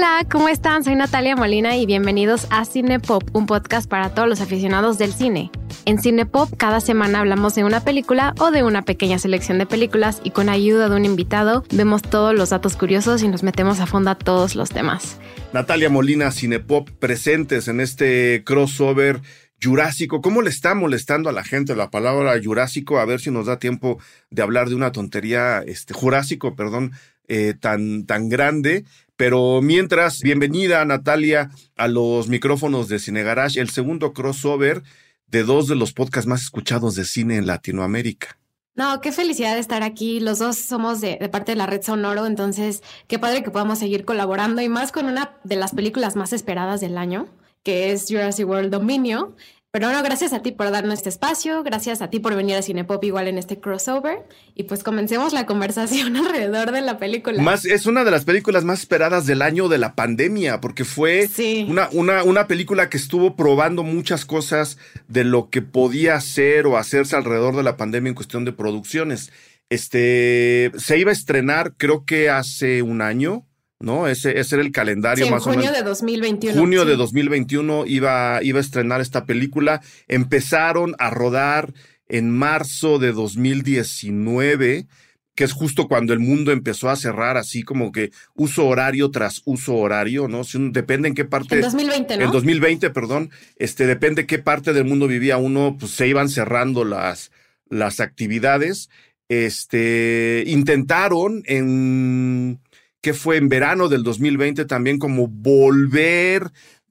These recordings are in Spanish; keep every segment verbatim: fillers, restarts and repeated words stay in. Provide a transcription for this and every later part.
Hola, ¿cómo están? Soy Natalia Molina y bienvenidos a Cinepop, un podcast para todos los aficionados del cine. En Cinepop, cada semana hablamos de una película o de una pequeña selección de películas y con ayuda de un invitado vemos todos los datos curiosos y nos metemos a fondo a todos los temas. Natalia Molina, Cinepop, presentes en este crossover jurásico. ¿Cómo le está molestando a la gente la palabra jurásico? A ver si nos da tiempo de hablar de una tontería, este, jurásico, perdón, eh, tan, tan grande. Pero mientras, bienvenida Natalia a los micrófonos de Cine Garage, el segundo crossover de dos de los podcasts más escuchados de cine en Latinoamérica. No, qué felicidad de estar aquí. Los dos somos de, de parte de la Red Sonoro, entonces qué padre que podamos seguir colaborando y más con una de las películas más esperadas del año, que es Jurassic World Dominio. Pero bueno, gracias a ti por darnos este espacio, gracias a ti por venir a Cinepop igual en este crossover y pues comencemos la conversación alrededor de la película. Más, es una de las películas más esperadas del año de la pandemia, porque fue sí. una, una, una película que estuvo probando muchas cosas de lo que podía hacer o hacerse alrededor de la pandemia en cuestión de producciones. Este, se iba a estrenar creo que hace un año, ¿no? Ese, ese era el calendario sí, más o menos. Junio de dos mil veintiuno. Junio sí. de dos mil veintiuno iba, iba a estrenar esta película. Empezaron a rodar en marzo de dos mil diecinueve, que es justo cuando el mundo empezó a cerrar, así como que uso horario tras uso horario, ¿no? Si un, depende en qué parte... En dos mil veinte, ¿no? En dos mil veinte, perdón. Este, depende qué parte del mundo vivía uno, pues se iban cerrando las, las actividades. Este, intentaron en... que fue en verano del dos mil veinte también como volver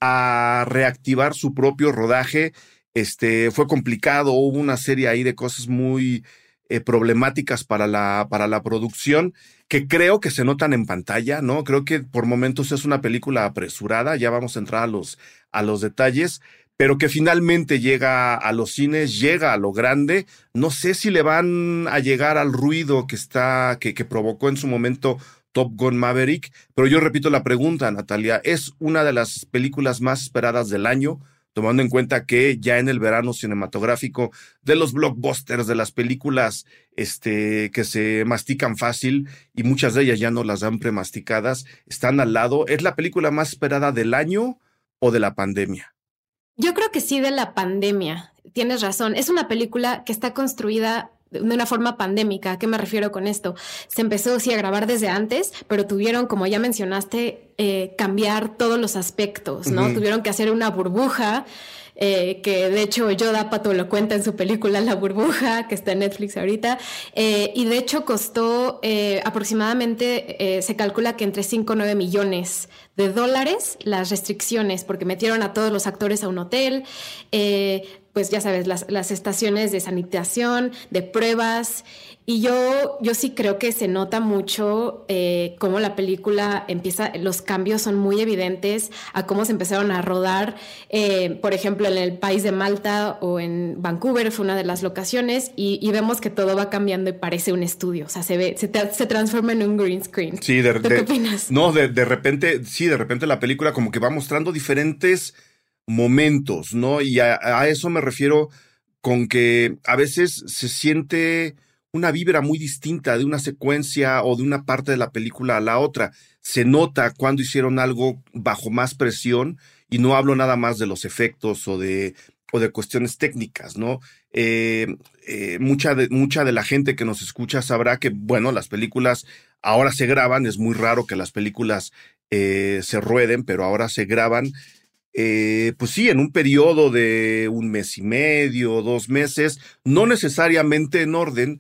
a reactivar su propio rodaje. Este, fue complicado, hubo una serie ahí de cosas muy eh, problemáticas para la, para la producción, que creo que se notan en pantalla, ¿no? Creo que por momentos es una película apresurada, ya vamos a entrar a los, a los detalles, pero que finalmente llega a los cines, llega a lo grande. No sé si le van a llegar al ruido que está, que, que provocó en su momento Top Gun Maverick, pero yo repito la pregunta, Natalia, ¿es una de las películas más esperadas del año, tomando en cuenta que ya en el verano cinematográfico de los blockbusters, de las películas este, que se mastican fácil y muchas de ellas ya no las dan premasticadas, están al lado? ¿Es la película más esperada del año o de la pandemia? Yo creo que sí, de la pandemia. Tienes razón. Es una película que está construida de una forma pandémica. ¿A qué me refiero con esto? Se empezó sí a grabar desde antes, pero tuvieron, como ya mencionaste, eh, cambiar todos los aspectos, ¿no? Uh-huh. Tuvieron que hacer una burbuja, eh, que de hecho Yoda Pato lo cuenta en su película La Burbuja, que está en Netflix ahorita, eh, y de hecho costó eh, aproximadamente, eh, se calcula que entre cinco o nueve millones de dólares las restricciones, porque metieron a todos los actores a un hotel, eh, pues ya sabes, las, las estaciones de sanitización, de pruebas, y yo, yo sí creo que se nota mucho eh, cómo la película empieza, los cambios son muy evidentes a cómo se empezaron a rodar, eh, por ejemplo, en el país de Malta o en Vancouver fue una de las locaciones, y, y vemos que todo va cambiando y parece un estudio, o sea, se ve, se, se transforma en un green screen. Sí, de, ¿Tú de, qué opinas? No, de, de repente, sí, de repente la película como que va mostrando diferentes momentos, ¿no? Y a, a eso me refiero con que a veces se siente una vibra muy distinta de una secuencia o de una parte de la película a la otra. Se nota cuando hicieron algo bajo más presión, y no hablo nada más de los efectos o de, o de cuestiones técnicas, ¿no? Eh, eh, mucha, de, mucha de la gente que nos escucha sabrá que, bueno, las películas ahora se graban, es muy raro que las películas eh, se rueden, pero ahora se graban. Eh, pues sí, en un periodo de un mes y medio, dos meses, no necesariamente en orden,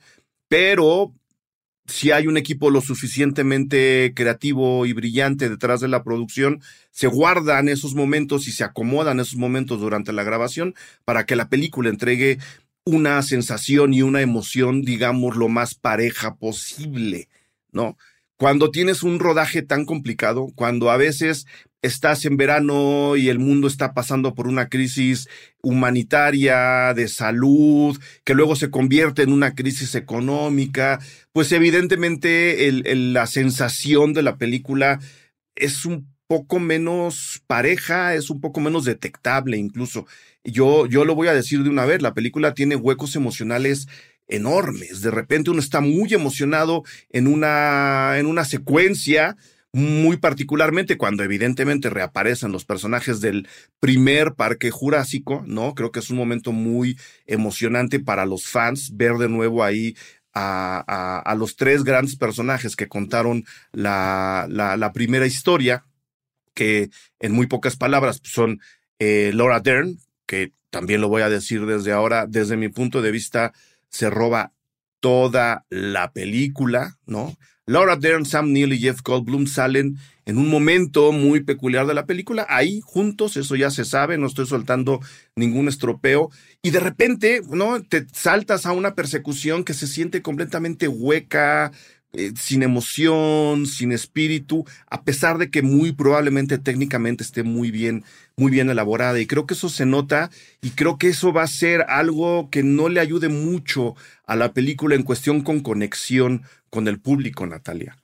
pero si hay un equipo lo suficientemente creativo y brillante detrás de la producción, se guardan esos momentos y se acomodan esos momentos durante la grabación para que la película entregue una sensación y una emoción, digamos, lo más pareja posible, ¿no? Cuando tienes un rodaje tan complicado, cuando a veces estás en verano y el mundo está pasando por una crisis humanitaria, de salud, que luego se convierte en una crisis económica, pues evidentemente el, el, la sensación de la película es un poco menos pareja, es un poco menos detectable incluso. Yo, yo lo voy a decir de una vez, la película tiene huecos emocionales enormes. De repente uno está muy emocionado en una, en una secuencia, muy particularmente cuando evidentemente reaparecen los personajes del primer Parque Jurásico, ¿no? Creo que es un momento muy emocionante para los fans ver de nuevo ahí a, a, a los tres grandes personajes que contaron la, la, la primera historia, que en muy pocas palabras son eh, Laura Dern, que también lo voy a decir desde ahora, desde mi punto de vista, se roba toda la película, ¿no? Laura Dern, Sam Neill y Jeff Goldblum salen en un momento muy peculiar de la película, ahí juntos, eso ya se sabe, no estoy soltando ningún estropeo, y de repente, ¿no? Te saltas a una persecución que se siente completamente hueca, eh, sin emoción, sin espíritu, a pesar de que muy probablemente técnicamente esté muy bien, muy bien elaborada, y creo que eso se nota, y creo que eso va a ser algo que no le ayude mucho a la película en cuestión con conexión con el público, Natalia.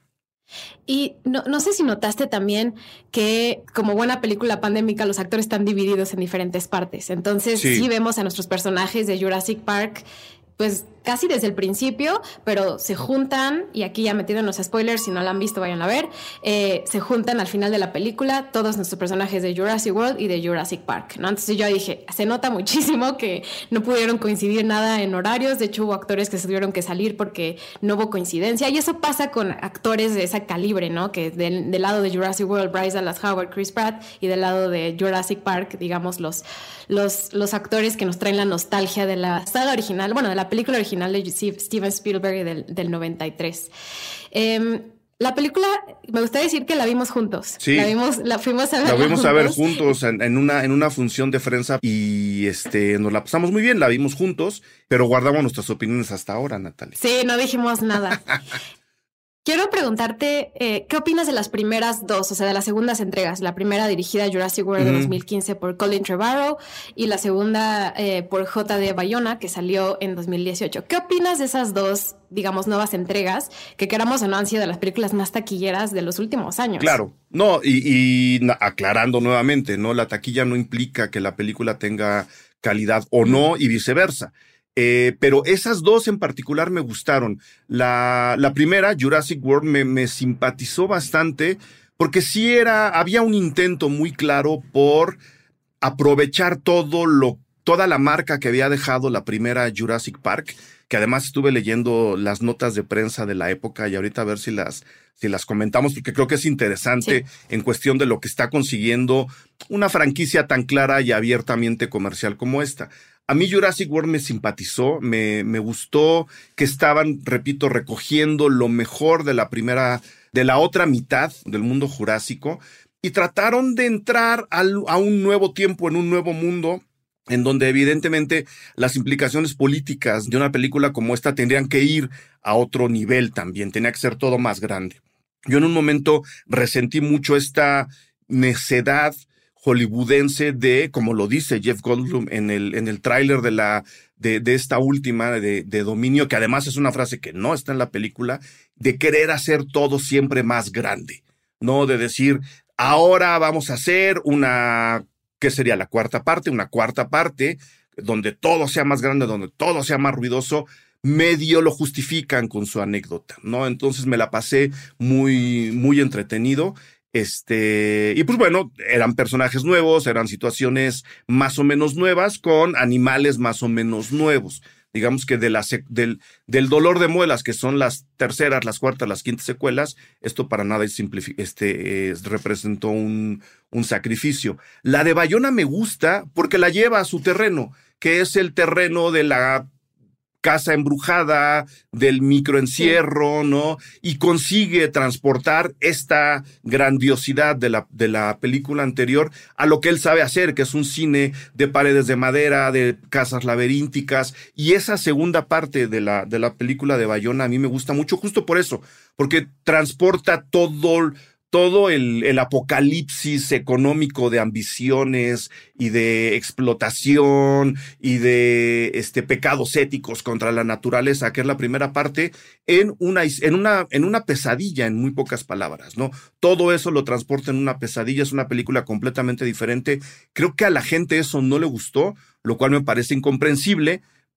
Y no, no sé si notaste también que como buena película pandémica los actores están divididos en diferentes partes. Entonces sí, sí vemos a nuestros personajes de Jurassic Park pues casi desde el principio, pero se juntan, y aquí ya metiéndonos spoilers, si no la han visto vayan a ver, eh, se juntan al final de la película todos nuestros personajes de Jurassic World y de Jurassic Park, ¿no? Entonces yo dije, se nota muchísimo que no pudieron coincidir nada en horarios, de hecho hubo actores que se tuvieron que salir porque no hubo coincidencia, y eso pasa con actores de ese calibre, ¿no? Que del, del lado de Jurassic World, Bryce Dallas Howard, Chris Pratt, y del lado de Jurassic Park, digamos, los, los, los actores que nos traen la nostalgia de la saga original, bueno, de la película original de Steven Spielberg del, del noventa y tres. Eh, la película, me gustaría decir que la vimos juntos. Sí. La vimos, la fuimos a ver. La vimos juntos. a ver juntos en, en, una, en una función de prensa y este, nos la pasamos muy bien, la vimos juntos, pero guardamos nuestras opiniones hasta ahora, Natalia. Sí, no dijimos nada. Quiero preguntarte, eh, ¿qué opinas de las primeras dos, o sea, de las segundas entregas? La primera dirigida a Jurassic World mm. de dos mil quince por Colin Trevorrow y la segunda eh, por J D Bayona, que salió en dos mil dieciocho. ¿Qué opinas de esas dos, digamos, nuevas entregas que, queramos o no, han sido de las películas más taquilleras de los últimos años? Claro, no, y, y aclarando nuevamente, ¿no? La taquilla no implica que la película tenga calidad o no y viceversa. Eh, pero esas dos en particular me gustaron. La, la primera, Jurassic World, me, me simpatizó bastante porque sí era, había un intento muy claro por aprovechar todo lo, toda la marca que había dejado la primera Jurassic Park, que además estuve leyendo las notas de prensa de la época y ahorita a ver si las, si las comentamos, porque creo que es interesante sí. en cuestión de lo que está consiguiendo una franquicia tan clara y abiertamente comercial como esta. A mí Jurassic World me simpatizó, me, me gustó que estaban, repito, recogiendo lo mejor de la primera, de la otra mitad del mundo jurásico y trataron de entrar al, a un nuevo tiempo, en un nuevo mundo, en donde evidentemente las implicaciones políticas de una película como esta tendrían que ir a otro nivel también, tenía que ser todo más grande. Yo en un momento resentí mucho esta necedad hollywoodense de, como lo dice Jeff Goldblum en el, en el tráiler de, la, de, de esta última de, de Dominio, que además es una frase que no está en la película, de querer hacer todo siempre más grande, ¿no? De decir, ahora vamos a hacer una, ¿qué sería? La cuarta parte, una cuarta parte, donde todo sea más grande, donde todo sea más ruidoso, medio lo justifican con su anécdota, ¿no? Entonces me la pasé muy, muy entretenido. Este, y pues bueno, eran personajes nuevos, eran situaciones más o menos nuevas con animales más o menos nuevos. Digamos que de la sec- del, del dolor de muelas, que son las terceras, las cuartas, las quintas secuelas, esto para nada es simplifi- este, eh, representó un, un sacrificio. La de Bayona me gusta porque la lleva a su terreno, que es el terreno de la casa embrujada, del microencierro, sí. ¿no? Y consigue transportar esta grandiosidad de la, de la película anterior a lo que él sabe hacer, que es un cine de paredes de madera, de casas laberínticas, y esa segunda parte de la, de la película de Bayona a mí me gusta mucho justo por eso, porque transporta todo todo el, el apocalipsis económico de ambiciones y de explotación y de este, pecados éticos contra la naturaleza, que es la primera parte, en una, en una, en una pesadilla, en muy pocas palabras, ¿no? Todo eso lo transporta en una pesadilla, es una película completamente diferente. Creo que a la gente eso no le gustó, lo cual me parece incomprensible,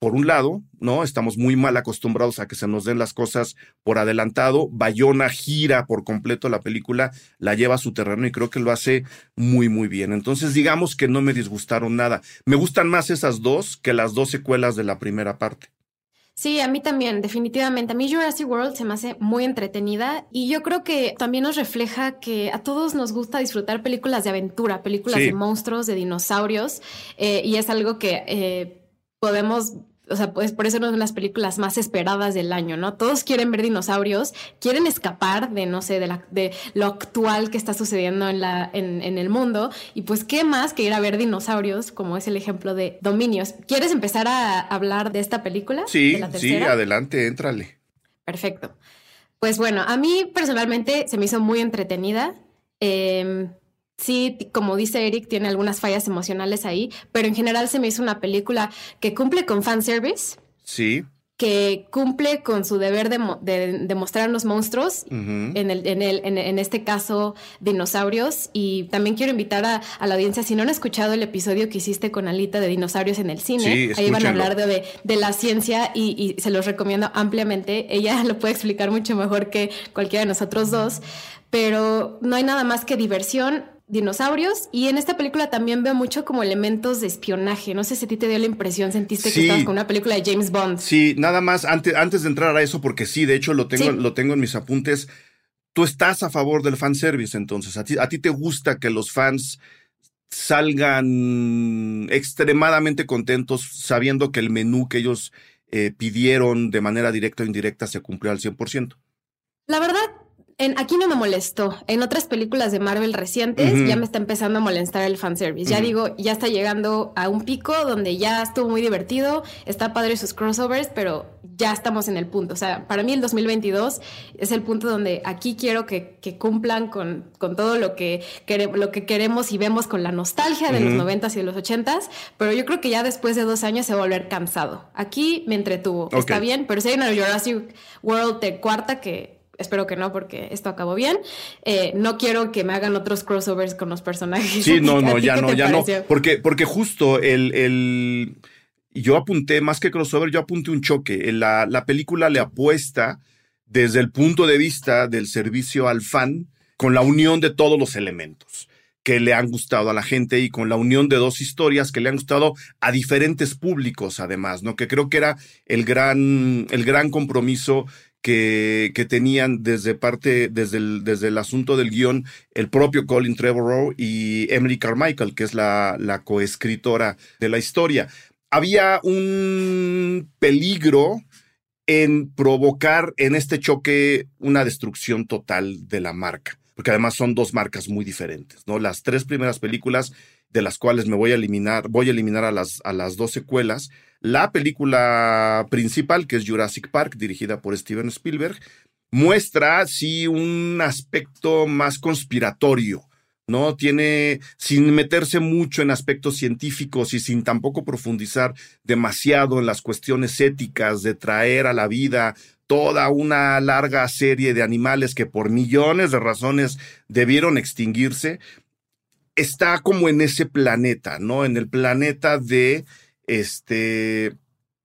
por un lado, ¿no? Estamos muy mal acostumbrados a que se nos den las cosas por adelantado. Bayona gira por completo la película, la lleva a su terreno y creo que lo hace muy, muy bien. Entonces, digamos que no me disgustaron nada. Me gustan más esas dos que las dos secuelas de la primera parte. Sí, a mí también, definitivamente. A mí Jurassic World se me hace muy entretenida y yo creo que también nos refleja que a todos nos gusta disfrutar películas de aventura, películas sí. de monstruos, de dinosaurios, eh, y es algo que eh, podemos... O sea, pues por eso no son las películas más esperadas del año, ¿no? Todos quieren ver dinosaurios, quieren escapar de, no sé, de, la, de lo actual que está sucediendo en, la, en, en el mundo. Y pues, ¿qué más que ir a ver dinosaurios, como es el ejemplo de Dominios? ¿Quieres empezar a hablar de esta película? Sí, ¿De la sí, adelante, éntrale. Perfecto. Pues bueno, a mí personalmente se me hizo muy entretenida. Eh... Sí, como dice Eric, tiene algunas fallas emocionales ahí, pero en general se me hizo una película que cumple con fanservice. Sí. Que cumple con su deber de, de, de mostrar los monstruos, uh-huh. en, el, en, el, en, en este caso dinosaurios. Y también quiero invitar a, a la audiencia, si no han escuchado el episodio que hiciste con Alita de dinosaurios en el cine, sí, ahí van a hablar de, de, de la ciencia y, y se los recomiendo ampliamente. Ella lo puede explicar mucho mejor que cualquiera de nosotros dos, pero no hay nada más que diversión, dinosaurios, y en esta película también veo mucho como elementos de espionaje. No sé si a ti te dio la impresión, sentiste sí. que estabas con una película de James Bond. Sí, nada más, antes, antes de entrar a eso, porque sí, de hecho lo tengo, sí. lo tengo en mis apuntes. Tú estás a favor del fanservice, entonces. ¿A ti, a ti te gusta que los fans salgan extremadamente contentos sabiendo que el menú que ellos eh, pidieron de manera directa o indirecta se cumplió al cien por ciento? La verdad, En, aquí no me molestó. En otras películas de Marvel recientes uh-huh. ya me está empezando a molestar el fanservice. Uh-huh. Ya digo, ya está llegando a un pico donde ya estuvo muy divertido, está padre sus crossovers, pero ya estamos en el punto. O sea, para mí el dos mil veintidós es el punto donde aquí quiero que, que cumplan con, con todo lo que, quere, lo que queremos y vemos con la nostalgia de uh-huh. los noventas y de los ochentas, pero yo creo que ya después de dos años se va a volver cansado. Aquí me entretuvo. Okay. Está bien, pero si hay una Jurassic World de cuarta que... Espero que no, porque esto acabó bien. Eh, no quiero que me hagan otros crossovers con los personajes. Sí, no, no, ya no, ya pareció? no. Porque, porque justo el, el... Yo apunté, más que crossover, yo apunté un choque. La, la película le apuesta desde el punto de vista del servicio al fan con la unión de todos los elementos que le han gustado a la gente y con la unión de dos historias que le han gustado a diferentes públicos, además, ¿no? Que creo que era el gran, el gran compromiso Que, que tenían desde parte, desde el, desde el asunto del guión, el propio Colin Trevorrow y Emily Carmichael, que es la, la coescritora de la historia. Había un peligro en provocar en este choque una destrucción total de la marca, porque además son dos marcas muy diferentes, ¿no? Las tres primeras películas, de las cuales me voy a eliminar, voy a eliminar a las, a las dos secuelas. La película principal, que es Jurassic Park, dirigida por Steven Spielberg, muestra, sí, un aspecto más conspiratorio, ¿no? Tiene, sin meterse mucho en aspectos científicos y sin tampoco profundizar demasiado en las cuestiones éticas de traer a la vida toda una larga serie de animales que por millones de razones debieron extinguirse, está como en ese planeta, ¿no? En el planeta de... Este,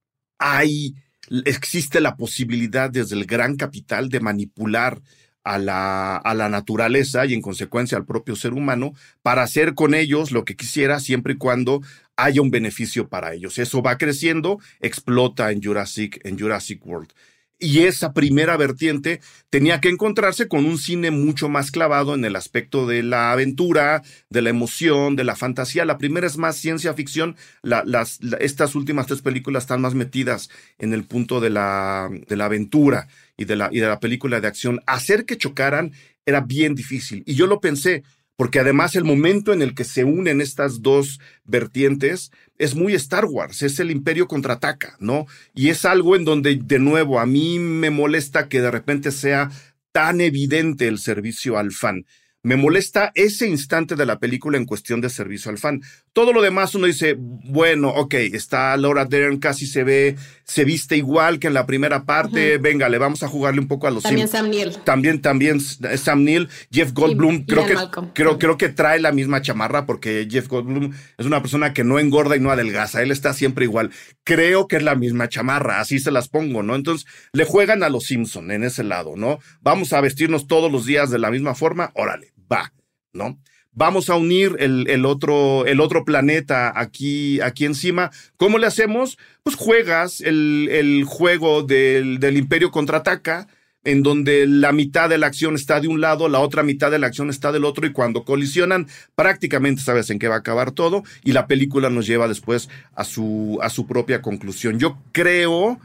hay, existe la posibilidad desde el gran capital de manipular a la, a la naturaleza y en consecuencia al propio ser humano para hacer con ellos lo que quisiera siempre y cuando haya un beneficio para ellos. Eso va creciendo, explota en Jurassic, en Jurassic World. Y esa primera vertiente tenía que encontrarse con un cine mucho más clavado en el aspecto de la aventura, de la emoción, de la fantasía. La primera es más ciencia ficción. La, las, la, estas últimas tres películas están más metidas en el punto de la, de la aventura y de la, y de la película de acción. Hacer que chocaran era bien difícil. Y yo lo pensé, porque además el momento en el que se unen estas dos vertientes es muy Star Wars, es el Imperio contraataca, ¿no? Y es algo en donde, de nuevo, a mí me molesta que de repente sea tan evidente el servicio al fan. Me molesta ese instante de la película en cuestión de servicio al fan. Todo lo demás uno dice, bueno, ok, está Laura Dern, casi se ve, se viste igual que en la primera parte, uh-huh. Venga, le vamos a jugarle un poco a los También Sim- Sam Neill. También, también Sam Neill, Jeff Goldblum, y, creo, y que, creo, creo que trae la misma chamarra porque Jeff Goldblum es una persona que no engorda y no adelgaza, él está siempre igual. Creo que es la misma chamarra, así se las pongo, ¿no? Entonces, le juegan a los Simpson en ese lado, ¿no? Vamos a vestirnos todos los días de la misma forma, órale. Va, ¿no? Vamos a unir el, el, otro, el otro planeta aquí, aquí encima. ¿Cómo le hacemos? Pues juegas el, el juego del, del Imperio Contraataca, en donde la mitad de la acción está de un lado, la otra mitad de la acción está del otro, y cuando colisionan, prácticamente sabes en qué va a acabar todo, y la película nos lleva después a su, a su propia conclusión. Yo creo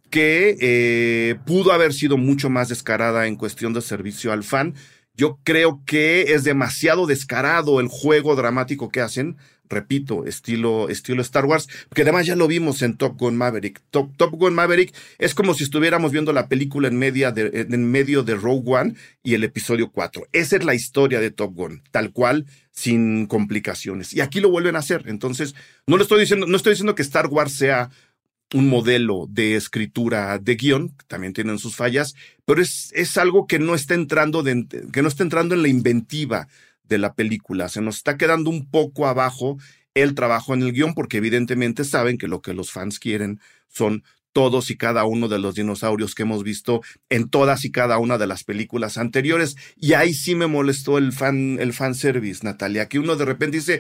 que eh, pudo haber sido mucho más descarada en cuestión de servicio al fan. Yo creo que es demasiado descarado el juego dramático que hacen, repito, estilo, estilo Star Wars, porque además ya lo vimos en Top Gun Maverick. Top, Top Gun Maverick es como si estuviéramos viendo la película en, media de, en medio de Rogue One y el episodio cuatro. Esa es la historia de Top Gun, tal cual, sin complicaciones. Y aquí lo vuelven a hacer. Entonces, no lo estoy diciendo, no estoy diciendo que Star Wars sea un modelo de escritura de guión, también tienen sus fallas, pero es, es algo que no está entrando de, que no está entrando en la inventiva de la película. Se nos está quedando un poco abajo el trabajo en el guión, porque evidentemente saben que lo que los fans quieren son todos y cada uno de los dinosaurios que hemos visto en todas y cada una de las películas anteriores. Y ahí sí me molestó el fan, el fanservice, Natalia, que uno de repente dice,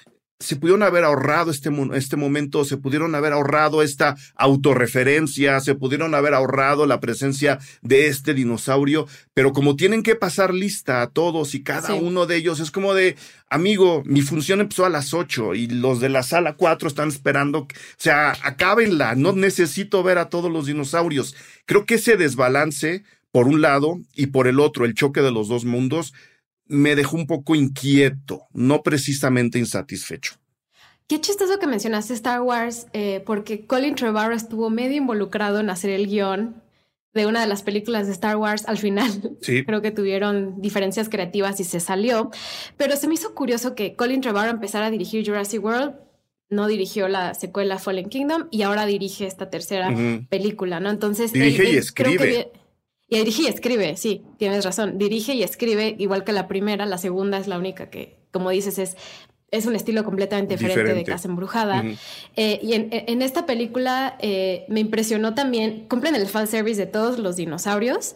se pudieron haber ahorrado este, este momento, se pudieron haber ahorrado esta autorreferencia, se pudieron haber ahorrado la presencia de este dinosaurio, pero como tienen que pasar lista a todos y cada sí. uno de ellos, es como de, amigo, mi función empezó a las ocho y los de la sala cuatro están esperando, o sea, acábenla, no necesito ver a todos los dinosaurios. Creo que ese desbalance, por un lado, y por el otro, el choque de los dos mundos, me dejó un poco inquieto, no precisamente insatisfecho. Qué chistoso que mencionaste Star Wars, eh, porque Colin Trevorrow estuvo medio involucrado en hacer el guión de una de las películas de Star Wars. Al final, sí. Creo que tuvieron diferencias creativas y se salió. Pero se me hizo curioso que Colin Trevorrow empezara a dirigir Jurassic World. No dirigió la secuela Fallen Kingdom y ahora dirige esta tercera uh-huh. película, ¿no? Entonces dirige él, y él escribe. Creo que, Y dirige y escribe, sí, tienes razón. Dirige y escribe igual que la primera. La segunda es la única que, como dices, es, es un estilo completamente diferente, diferente. de Casa Embrujada. Uh-huh. Eh, y en, en esta película eh, me impresionó también, cumplen el fanservice de todos los dinosaurios,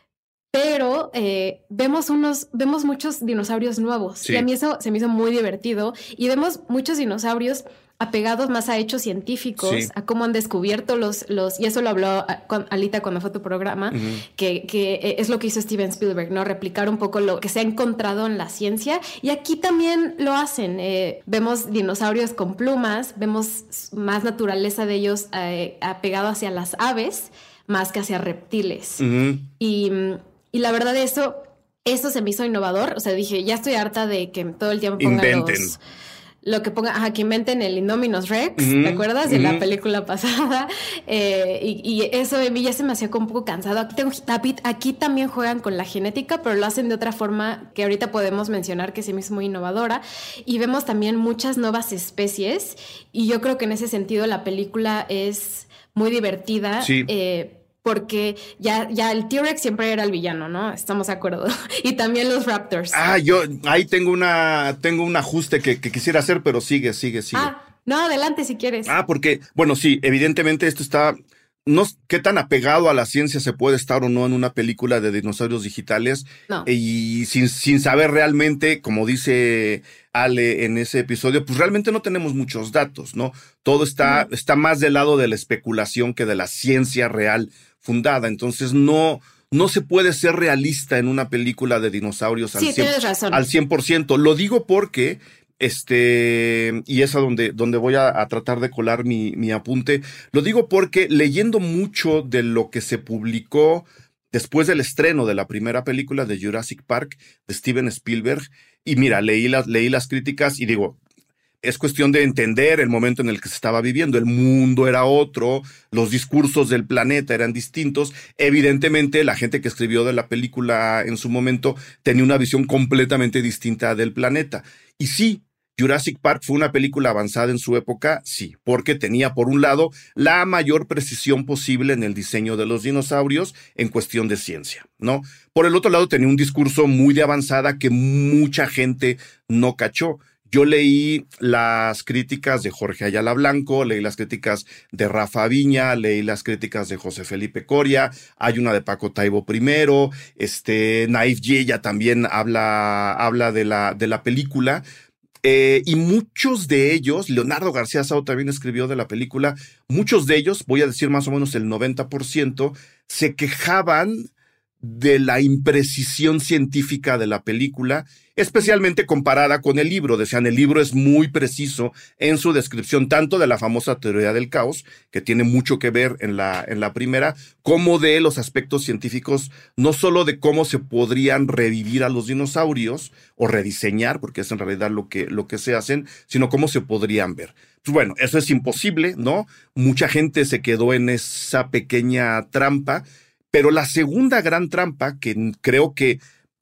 pero eh, vemos, unos, vemos muchos dinosaurios nuevos. Sí. Y a mí eso se me hizo muy divertido. Y vemos muchos dinosaurios apegados más a hechos científicos, sí. a cómo han descubierto los, los y eso lo habló Alita cuando fue tu programa, uh-huh. que, que es lo que hizo Steven Spielberg, ¿no? Replicar un poco lo que se ha encontrado en la ciencia, y aquí también lo hacen. Eh, vemos dinosaurios con plumas, vemos más naturaleza de ellos eh, apegado hacia las aves, más que hacia reptiles. Uh-huh. Y, y la verdad eso, eso se me hizo innovador. O sea, dije, ya estoy harta de que todo el tiempo pongan Inventen. los... Lo que ponga, ajá, que inventen el Indominus Rex, uh-huh, ¿te acuerdas? De uh-huh. la película pasada. Eh, y, y eso de mí ya se me hacía como un poco cansado. Aquí, tengo, aquí también juegan con la genética, pero lo hacen de otra forma que ahorita podemos mencionar, que se me hizo muy innovadora. Y vemos también muchas nuevas especies. Y yo creo que en ese sentido la película es muy divertida. Sí. Eh, porque ya, ya el T-Rex siempre era el villano, ¿no? Estamos de acuerdo. Y también los Raptors. Ah, yo ahí tengo una tengo un ajuste que, que quisiera hacer, pero sigue, sigue, sigue. Ah, no, adelante si quieres. Ah, porque, bueno, sí, evidentemente esto está... No, qué tan apegado a la ciencia se puede estar o no en una película de dinosaurios digitales. No. Y sin, sin saber realmente, como dice Ale en ese episodio, pues realmente no tenemos muchos datos, ¿no? Todo está, uh-huh. está más del lado de la especulación que de la ciencia real fundada. Entonces no, no se puede ser realista en una película de dinosaurios al, sí, cien, tienes razón. al cien por ciento. Lo digo porque... Este, y es a donde, donde voy a, a tratar de colar mi, mi apunte. Lo digo porque leyendo mucho de lo que se publicó después del estreno de la primera película de Jurassic Park de Steven Spielberg, y mira, leí las, leí las críticas y digo, es cuestión de entender el momento en el que se estaba viviendo. El mundo era otro, los discursos del planeta eran distintos. Evidentemente, la gente que escribió de la película en su momento tenía una visión completamente distinta del planeta. Y sí, Jurassic Park fue una película avanzada en su época, sí, porque tenía por un lado la mayor precisión posible en el diseño de los dinosaurios en cuestión de ciencia, ¿no? Por el otro lado tenía un discurso muy de avanzada que mucha gente no cachó. Yo leí las críticas de Jorge Ayala Blanco, leí las críticas de Rafa Viña, leí las críticas de José Felipe Coria, hay una de Paco Taibo primero, este, Naif Yeya también habla, habla de la, de la película. Eh, y muchos de ellos, Leonardo García Sao también escribió de la película, muchos de ellos, voy a decir más o menos el noventa por ciento, se quejaban de la imprecisión científica de la película, especialmente comparada con el libro. Decían, el libro es muy preciso en su descripción, tanto de la famosa teoría del caos, que tiene mucho que ver en la, en la primera, como de los aspectos científicos, no solo de cómo se podrían revivir a los dinosaurios, o rediseñar, porque es en realidad lo que, lo que se hacen, sino cómo se podrían ver. Pues bueno, eso es imposible, ¿no? Mucha gente se quedó en esa pequeña trampa. Pero la segunda gran trampa, que creo que,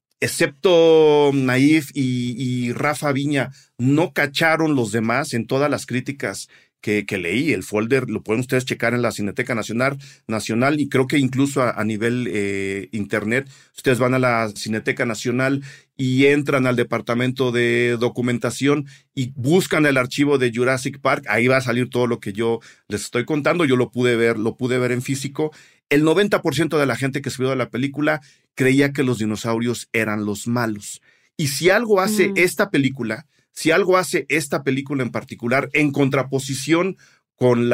excepto Naif y, y Rafa Viña, no cacharon los demás en todas las críticas que, que leí. El folder lo pueden ustedes checar en la Cineteca Nacional, Nacional y creo que incluso a, a nivel eh, internet. Ustedes van a la Cineteca Nacional y entran al departamento de documentación y buscan el archivo de Jurassic Park. Ahí va a salir todo lo que yo les estoy contando. Yo lo pude ver, lo pude ver en físico. El noventa por ciento de la gente que escribió de la película creía que los dinosaurios eran los malos. Y si algo hace mm. esta película, si algo hace esta película en particular, en contraposición con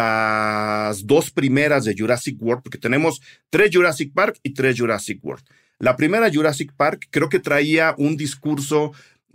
las dos primeras de Jurassic World, porque tenemos tres Jurassic Park y tres Jurassic World. La primera Jurassic Park creo que traía un discurso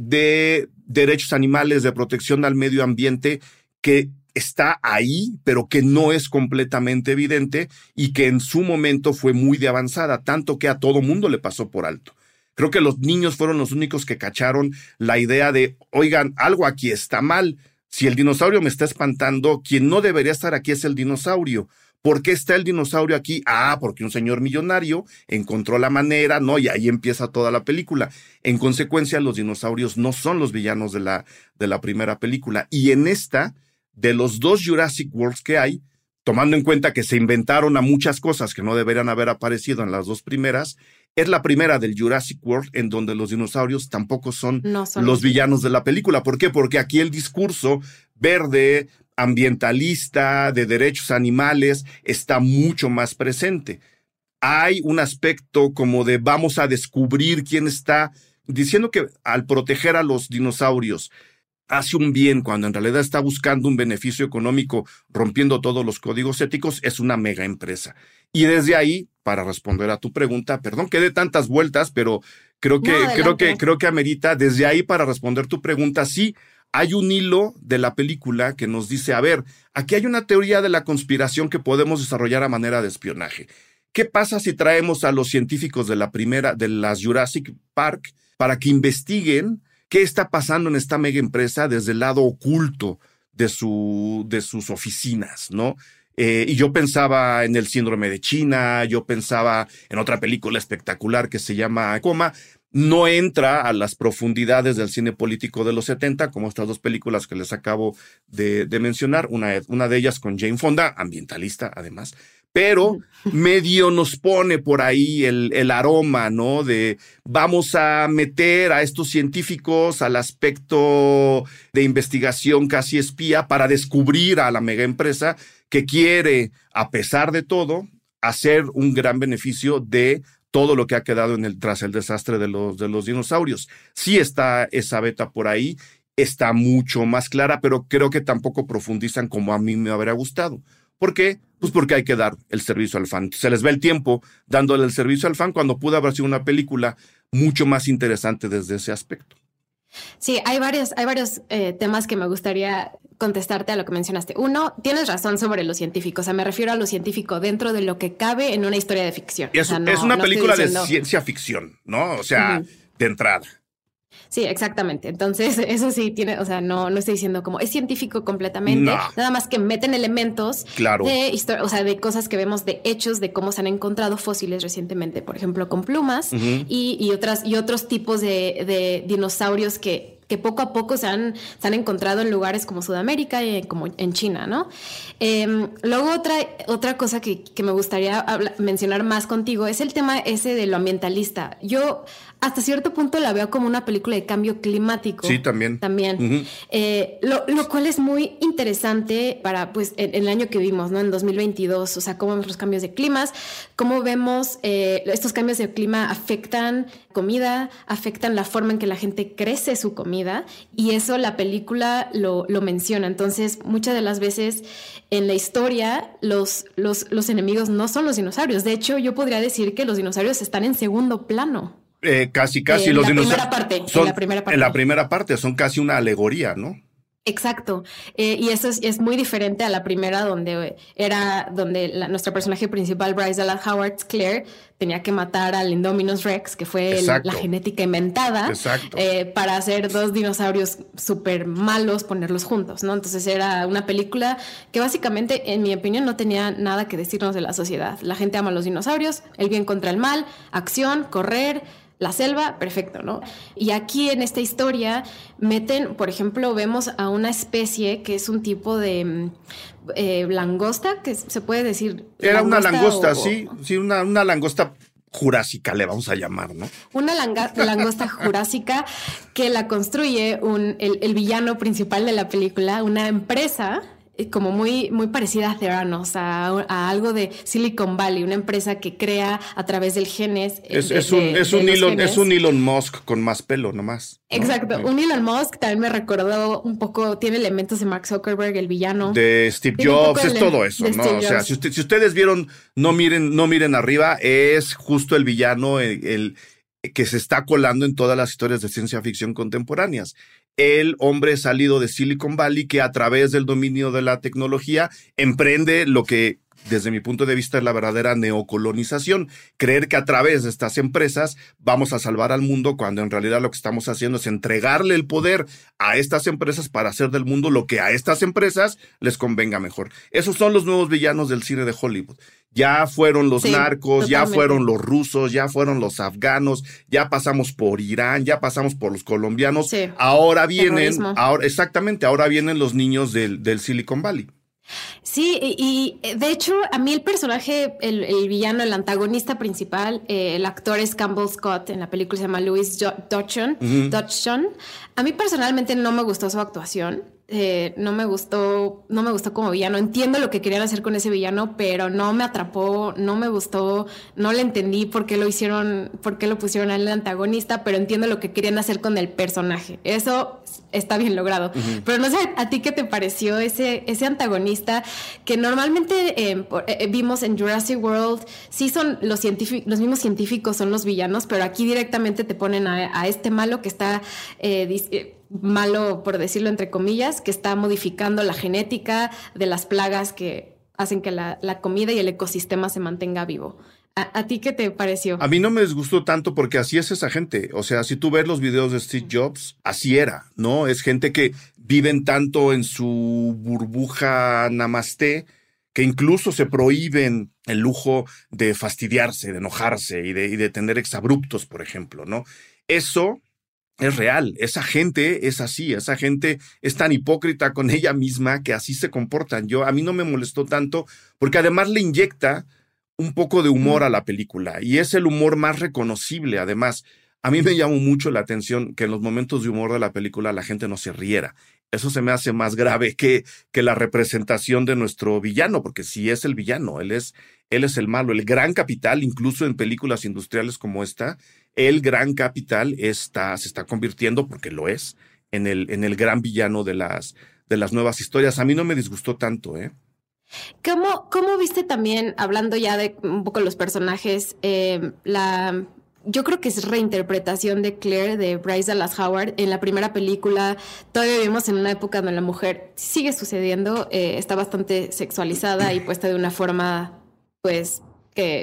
de derechos animales, de protección al medio ambiente, que está ahí, pero que no es completamente evidente y que en su momento fue muy de avanzada, tanto que a todo mundo le pasó por alto. Creo que los niños fueron los únicos que cacharon la idea de, oigan, algo aquí está mal. Si el dinosaurio me está espantando, quien no debería estar aquí es el dinosaurio. ¿Por qué está el dinosaurio aquí? Ah, porque un señor millonario encontró la manera, ¿no? Y ahí empieza toda la película. En consecuencia, los dinosaurios no son los villanos de la, de la primera película. Y en esta, de los dos Jurassic Worlds que hay, tomando en cuenta que se inventaron a muchas cosas que no deberían haber aparecido en las dos primeras, es la primera del Jurassic World en donde los dinosaurios tampoco son, no son los villanos de la película. ¿Por qué? Porque aquí el discurso verde, ambientalista, de derechos animales, está mucho más presente. Hay un aspecto como de vamos a descubrir quién está diciendo que al proteger a los dinosaurios hace un bien cuando en realidad está buscando un beneficio económico rompiendo todos los códigos éticos, es una mega empresa. Y desde ahí, para responder a tu pregunta, perdón que dé tantas vueltas, pero creo que, no, creo que, creo que amerita, desde ahí para responder tu pregunta, sí, hay un hilo de la película que nos dice, a ver, aquí hay una teoría de la conspiración que podemos desarrollar a manera de espionaje. ¿Qué pasa si traemos a los científicos de la primera, de las Jurassic Park, para que investiguen qué está pasando en esta mega empresa desde el lado oculto de, su, de sus oficinas, ¿no? Eh, y yo pensaba en el síndrome de China, yo pensaba en otra película espectacular que se llama Coma. No entra a las profundidades del cine político de los setenta, como estas dos películas que les acabo de, de mencionar, una, una de ellas con Jane Fonda, ambientalista además, pero medio nos pone por ahí el, el aroma, ¿no? De vamos a meter a estos científicos al aspecto de investigación casi espía para descubrir a la mega empresa que quiere, a pesar de todo, hacer un gran beneficio de todo lo que ha quedado en el, tras el desastre de los, de los dinosaurios. Sí está esa beta por ahí, está mucho más clara, pero creo que tampoco profundizan como a mí me habría gustado. ¿Por qué? Pues porque hay que dar el servicio al fan. Se les ve el tiempo dándole el servicio al fan cuando pudo haber sido una película mucho más interesante desde ese aspecto. Sí, hay varios, hay varios eh, temas que me gustaría contestarte a lo que mencionaste. Uno, tienes razón sobre los científicos. O sea, me refiero a lo científico dentro de lo que cabe en una historia de ficción. Es, o sea, no, es una no película diciendo... de ciencia ficción, ¿no? O sea, uh-huh. de entrada. Sí, exactamente. Entonces, eso sí tiene, o sea, no, no estoy diciendo como es científico completamente, No. nada más que meten elementos Claro. de historia, o sea, de cosas que vemos, de hechos, de cómo se han encontrado fósiles recientemente, por ejemplo, con plumas Ujú. y, y otras, y otros tipos de, de dinosaurios que, que poco a poco se han, se han encontrado en lugares como Sudamérica y como en China, ¿no? Eh, luego otra, otra cosa que, que me gustaría habla, mencionar más contigo es el tema ese de lo ambientalista. Yo hasta cierto punto la veo como una película de cambio climático. Sí, también. También. Uh-huh. Eh, lo, lo cual es muy interesante para, pues, en, en el año que vimos, ¿no? En dos mil veintidós, o sea, cómo vemos los cambios de climas, cómo vemos eh, estos cambios de clima afectan comida, afectan la forma en que la gente crece su comida, y eso la película lo, lo menciona. Entonces, muchas de las veces en la historia, los, los, los enemigos no son los dinosaurios. De hecho, yo podría decir que los dinosaurios están en segundo plano. Eh, casi, casi. En los la dinosaurios. primera parte. Son, en la primera parte. En la primera parte son casi una alegoría, ¿no? Exacto. Eh, y eso es, es muy diferente a la primera, donde era donde la, nuestra personaje principal, Bryce Dallas Howard, Claire, tenía que matar al Indominus Rex, que fue el, la genética inventada, eh, para hacer dos dinosaurios súper malos, ponerlos juntos, ¿no? Entonces era una película que básicamente, en mi opinión, no tenía nada que decirnos de la sociedad. La gente ama a los dinosaurios, el bien contra el mal, acción, correr, la selva, perfecto, ¿no? Y aquí en esta historia meten, por ejemplo, vemos a una especie que es un tipo de eh, langosta, que se puede decir. Era langosta una langosta, o, sí, sí, una, una langosta jurásica, le vamos a llamar, ¿no? Una langa, langosta jurásica que la construye un, el, el villano principal de la película, una empresa como muy, muy parecida a Theranos, a, a algo de Silicon Valley, una empresa que crea a través del genes. Es, de, es, un, de, es, de un Elon, genes. es un Elon Musk con más pelo nomás, ¿no? Exacto, Sí. Un Elon Musk también me recordó un poco, tiene elementos de Mark Zuckerberg, el villano. De Steve tiene Jobs, es todo eso, ¿no? O sea, si, usted, si ustedes vieron, no miren, no miren arriba, es justo el villano, el, el que se está colando en todas las historias de ciencia ficción contemporáneas. El hombre salido de Silicon Valley que a través del dominio de la tecnología emprende lo que, desde mi punto de vista, es la verdadera neocolonización. Creer que a través de estas empresas vamos a salvar al mundo, cuando en realidad lo que estamos haciendo es entregarle el poder a estas empresas para hacer del mundo lo que a estas empresas les convenga mejor. Esos son los nuevos villanos del cine de Hollywood. Ya fueron los sí, narcos, totalmente. Ya fueron los rusos, ya fueron los afganos, ya pasamos por Irán, ya pasamos por los colombianos. Sí. Ahora vienen, ahora, exactamente, ahora vienen los niños del, del Silicon Valley. Sí, y, y de hecho a mí el personaje, el, el villano, el antagonista principal, eh, el actor es Campbell Scott, en la película se llama Louis Dodgson. Uh-huh. Dodgson. A mí personalmente no me gustó su actuación. Eh, no me gustó, no me gustó como villano. Entiendo lo que querían hacer con ese villano, pero no me atrapó, no me gustó, no le entendí por qué lo hicieron, por qué lo pusieron al antagonista, pero entiendo lo que querían hacer con el personaje. Eso está bien logrado. Uh-huh. Pero no sé, ¿a ti qué te pareció ese, ese antagonista que normalmente eh, eh, vimos en Jurassic World? Sí son los científicos, los mismos científicos son los villanos, pero aquí directamente te ponen a, a este malo que está eh, eh, malo, por decirlo entre comillas, que está modificando la genética de las plagas que hacen que la, la comida y el ecosistema se mantenga vivo. ¿A, ¿A ti qué te pareció? A mí no me disgustó tanto porque así es esa gente. O sea, si tú ves los videos de Steve Jobs, así era, ¿no? Es gente que viven tanto en su burbuja namasté que incluso se prohíben el lujo de fastidiarse, de enojarse y de, y de tener exabruptos, por ejemplo, ¿no? Eso es real, esa gente es así, esa gente es tan hipócrita con ella misma que así se comportan. Yo, a mí no me molestó tanto porque además le inyecta un poco de humor a la película y es el humor más reconocible. Además, a mí me llamó mucho la atención que en los momentos de humor de la película la gente no se riera. Eso se me hace más grave que, que la representación de nuestro villano, porque sí es el villano, él es, él es el malo, el gran capital, incluso en películas industriales como esta, el gran capital está, se está convirtiendo, porque lo es, en el, en el gran villano de las, de las nuevas historias. A mí no me disgustó tanto, ¿eh? ¿Cómo, cómo viste también, hablando ya de un poco los personajes, eh, la... yo creo que es reinterpretación de Claire, de Bryce Dallas Howard. En la primera película todavía vivimos en una época donde la mujer sigue sucediendo, eh, está bastante sexualizada y puesta de una forma, pues, que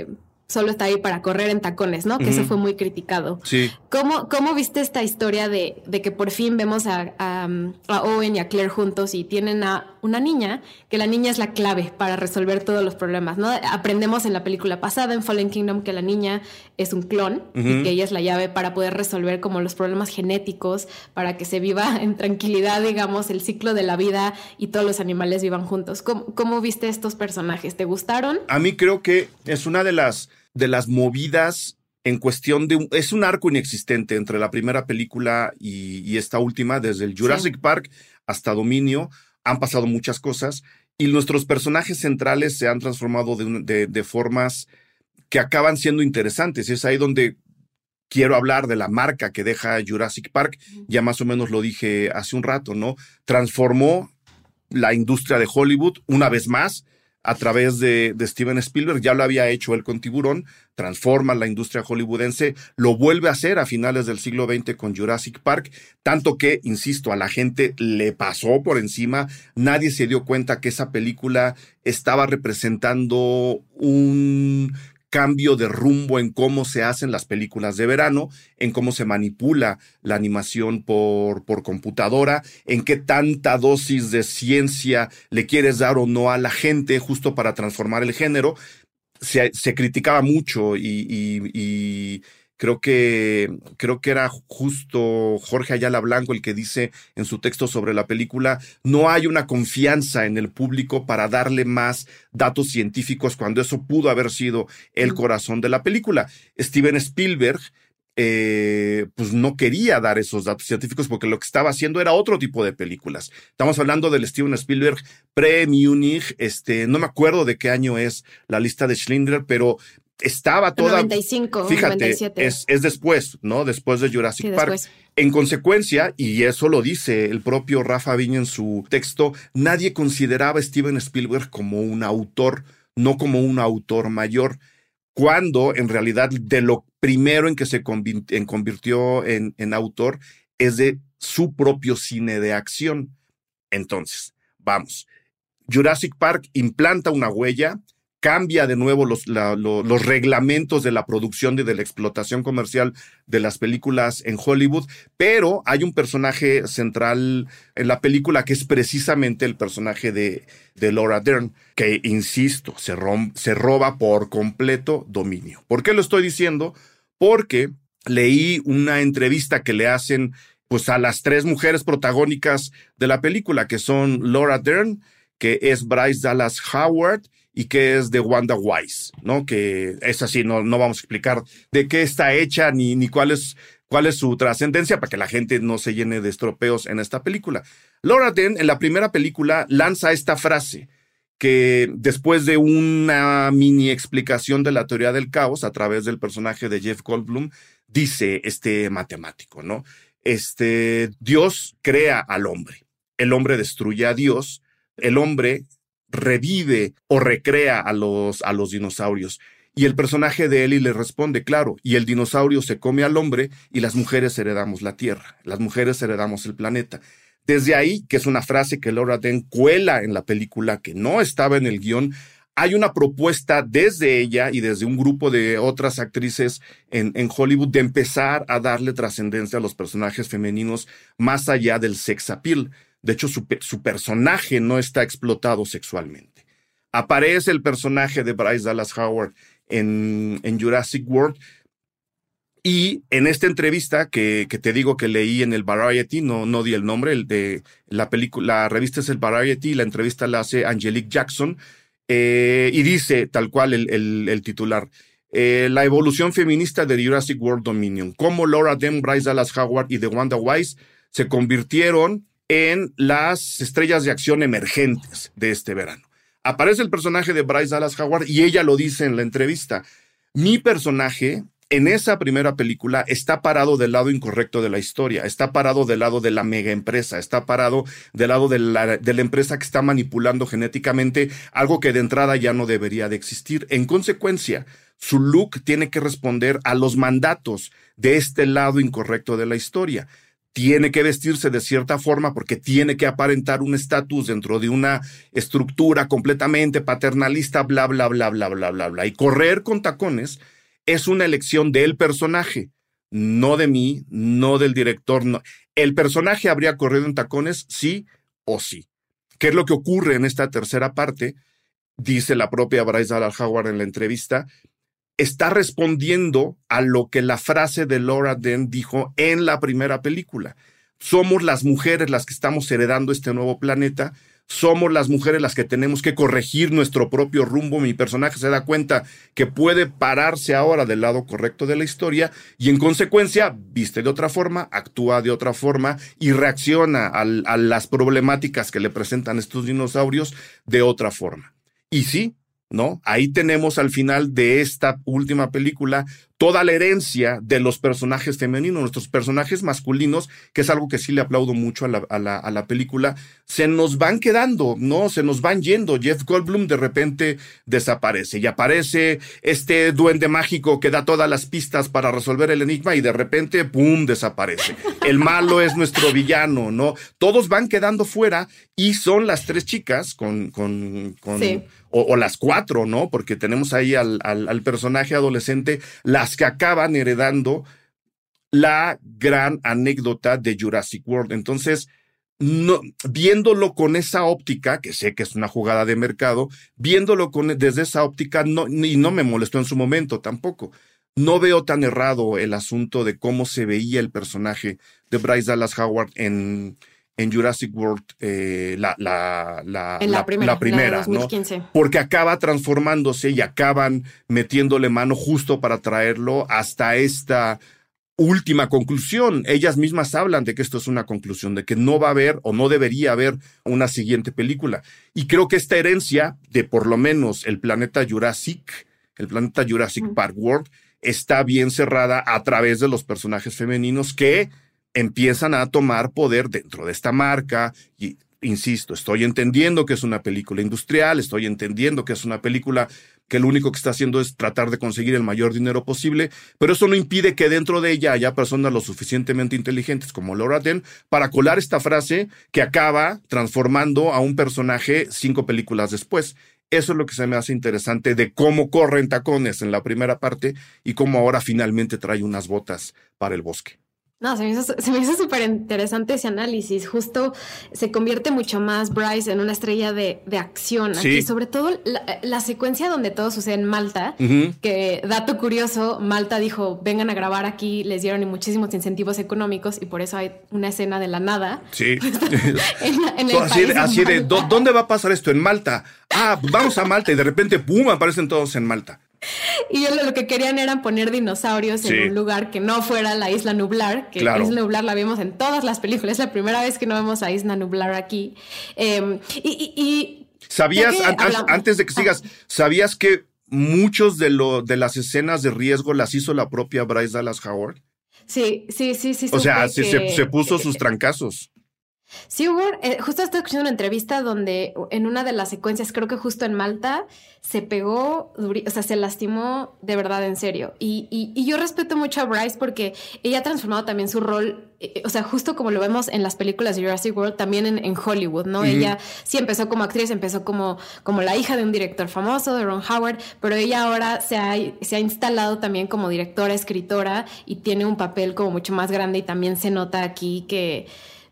solo está ahí para correr en tacones, ¿no? Que uh-huh. eso fue muy criticado. Sí. ¿Cómo, cómo viste esta historia de, de que por fin vemos a, a, a Owen y a Claire juntos y tienen a una niña, que la niña es la clave para resolver todos los problemas, ¿no? Aprendemos en la película pasada, en Fallen Kingdom, que la niña es un clon uh-huh. y que ella es la llave para poder resolver como los problemas genéticos, para que se viva en tranquilidad, digamos, el ciclo de la vida y todos los animales vivan juntos. ¿Cómo, cómo viste estos personajes? ¿Te gustaron? A mí creo que es una de las de las movidas en cuestión de... Un, es un arco inexistente entre la primera película y, y esta última, desde el Jurassic sí. Park hasta Dominio, han pasado muchas cosas y nuestros personajes centrales se han transformado de, de, de formas que acaban siendo interesantes. Es ahí donde quiero hablar de la marca que deja Jurassic Park, ya más o menos lo dije hace un rato, ¿no? Transformó la industria de Hollywood una vez más, a través de, de Steven Spielberg. Ya lo había hecho él con Tiburón, transforma la industria hollywoodense, lo vuelve a hacer a finales del siglo veinte con Jurassic Park, tanto que, insisto, a la gente le pasó por encima, nadie se dio cuenta que esa película estaba representando un cambio de rumbo en cómo se hacen las películas de verano, en cómo se manipula la animación por, por computadora, en qué tanta dosis de ciencia le quieres dar o no a la gente justo para transformar el género. Se, se criticaba mucho y, y, y creo que, creo que era justo Jorge Ayala Blanco el que dice en su texto sobre la película, no hay una confianza en el público para darle más datos científicos cuando eso pudo haber sido el corazón de la película. Steven Spielberg eh, pues no quería dar esos datos científicos porque lo que estaba haciendo era otro tipo de películas. Estamos hablando del Steven Spielberg pre-Munich, este, no me acuerdo de qué año es la lista de Schindler, pero estaba toda... noventa y cinco, fíjate, noventa y siete. Es, es después, ¿no? Después de Jurassic sí, Park. Después. En consecuencia, y eso lo dice el propio Rafa Viña en su texto, nadie consideraba a Steven Spielberg como un autor, no como un autor mayor, cuando en realidad de lo primero en que se convi- en convirtió en, en autor es de su propio cine de acción. Entonces, vamos, Jurassic Park implanta una huella, cambia de nuevo los, la, lo, los reglamentos de la producción y de la explotación comercial de las películas en Hollywood, pero hay un personaje central en la película que es precisamente el personaje de, de Laura Dern, que, insisto, se, rom, se roba por completo dominio. ¿Por qué lo estoy diciendo? Porque leí una entrevista que le hacen pues, a las tres mujeres protagónicas de la película, que son Laura Dern, que es Bryce Dallas Howard, y que es de Wanda Wise, ¿no? Que es así, no, no vamos a explicar de qué está hecha ni, ni cuál es, cuál es su trascendencia para que la gente no se llene de estropeos en esta película. Laura Dern, en la primera película, lanza esta frase que después de una mini explicación de la teoría del caos a través del personaje de Jeff Goldblum, dice este matemático, ¿no? Este, Dios crea al hombre, el hombre destruye a Dios, el hombre revive o recrea a los, a los dinosaurios. Y el personaje de Ellie le responde, claro, y el dinosaurio se come al hombre y las mujeres heredamos la tierra, las mujeres heredamos el planeta. Desde ahí, que es una frase que Laura Dern cuela en la película, que no estaba en el guión, hay una propuesta desde ella y desde un grupo de otras actrices en, en Hollywood de empezar a darle trascendencia a los personajes femeninos más allá del sex appeal. De hecho, su, su personaje no está explotado sexualmente. Aparece el personaje de Bryce Dallas Howard en, en Jurassic World y en esta entrevista que, que te digo que leí en el Variety, no, no di el nombre, el de la película, la revista es el Variety, la entrevista la hace Angelique Jackson eh, y dice tal cual el, el, el titular, eh, la evolución feminista de Jurassic World Dominion, cómo Laura Dern, Bryce Dallas Howard y de Wanda Wise se convirtieron en las estrellas de acción emergentes de este verano. Aparece el personaje de Bryce Dallas Howard y ella lo dice en la entrevista. Mi personaje en esa primera película está parado del lado incorrecto de la historia, está parado del lado de la mega empresa, está parado del lado de la, de la empresa que está manipulando genéticamente algo que de entrada ya no debería de existir. En consecuencia, su look tiene que responder a los mandatos de este lado incorrecto de la historia. tiene que vestirse de cierta forma porque tiene que aparentar un estatus dentro de una estructura completamente paternalista, bla, bla, bla, bla, bla, bla, bla. Y correr con tacones es una elección del personaje, no de mí, no del director. No. ¿El personaje habría corrido en tacones? Sí o sí. ¿Qué es lo que ocurre en esta tercera parte? Dice la propia Bryce Dallas Howard en la entrevista, está respondiendo a lo que la frase de Laura Dern dijo en la primera película. Somos las mujeres las que estamos heredando este nuevo planeta, somos las mujeres las que tenemos que corregir nuestro propio rumbo. Mi personaje se da cuenta que puede pararse ahora del lado correcto de la historia y en consecuencia viste de otra forma, actúa de otra forma y reacciona a, a las problemáticas que le presentan estos dinosaurios de otra forma. Y sí, ¿no? Ahí tenemos al final de esta última película toda la herencia de los personajes femeninos, nuestros personajes masculinos, que es algo que sí le aplaudo mucho a la, a la, a la película, se nos van quedando, ¿no? Se nos van yendo. Jeff Goldblum de repente desaparece y aparece este duende mágico que da todas las pistas para resolver el enigma y de repente, ¡pum!, desaparece. El malo es nuestro villano, ¿no? Todos van quedando fuera y son las tres chicas con... con, con sí. O, o las cuatro, ¿no? Porque tenemos ahí al, al, al personaje adolescente, las que acaban heredando la gran anécdota de Jurassic World. Entonces, no, viéndolo con esa óptica, que sé que es una jugada de mercado, viéndolo con, desde esa óptica, no, y no me molestó en su momento tampoco. No veo tan errado el asunto de cómo se veía el personaje de Bryce Dallas Howard en... en Jurassic World, eh, la, la, la, en la, la primera, la primera, la de dos mil quince. ¿no? Porque acaba transformándose y acaban metiéndole mano justo para traerlo hasta esta última conclusión. Ellas mismas hablan de que esto es una conclusión, de que no va a haber o no debería haber una siguiente película. Y creo que esta herencia de por lo menos el planeta Jurassic, el planeta Jurassic mm. Park World, está bien cerrada a través de los personajes femeninos que empiezan a tomar poder dentro de esta marca y, insisto, estoy entendiendo que es una película industrial, estoy entendiendo que es una película que lo único que está haciendo es tratar de conseguir el mayor dinero posible, pero eso no impide que dentro de ella haya personas lo suficientemente inteligentes como Laura Dern para colar esta frase que acaba transformando a un personaje cinco películas después. Eso es lo que se me hace interesante de cómo corren tacones en la primera parte y cómo ahora finalmente trae unas botas para el bosque. No, se me hizo, se me hizo súper interesante ese análisis. Justo se convierte mucho más Bryce en una estrella de, de acción. Sí. Aquí, sobre todo la, la secuencia donde todo sucede en Malta, uh-huh. que, dato curioso, Malta dijo, vengan a grabar aquí, les dieron muchísimos incentivos económicos y por eso hay una escena de la nada. Sí. en, la, en el así país de, así de Malta. ¿dónde va a pasar esto? En Malta. Ah, vamos a Malta y de repente, ¡pum!, aparecen todos en Malta. Y ellos lo que querían era poner dinosaurios sí. en un lugar que no fuera la Isla Nublar, que claro. la Isla Nublar la vimos en todas las películas, es la primera vez que no vemos a Isla Nublar aquí. Eh, y, y, y ¿Sabías, an, an, antes de que sigas, ah. ¿sabías que muchos de, lo, de las escenas de riesgo las hizo la propia Bryce Dallas Howard? Sí, sí, sí, sí. O sea, que, se, se puso que, sus trancazos. Sí, hubo, eh, justo estoy escuchando una entrevista donde en una de las secuencias, creo que justo en Malta, se pegó, o sea, se lastimó de verdad, en serio. Y, y, y yo respeto mucho a Bryce porque ella ha transformado también su rol, eh, o sea, justo como lo vemos en las películas de Jurassic World, también en, en Hollywood, ¿no? Uh-huh. Ella sí empezó como actriz, empezó como, como la hija de un director famoso, de Ron Howard, pero ella ahora se ha, se ha instalado también como directora, escritora y tiene un papel como mucho más grande y también se nota aquí que...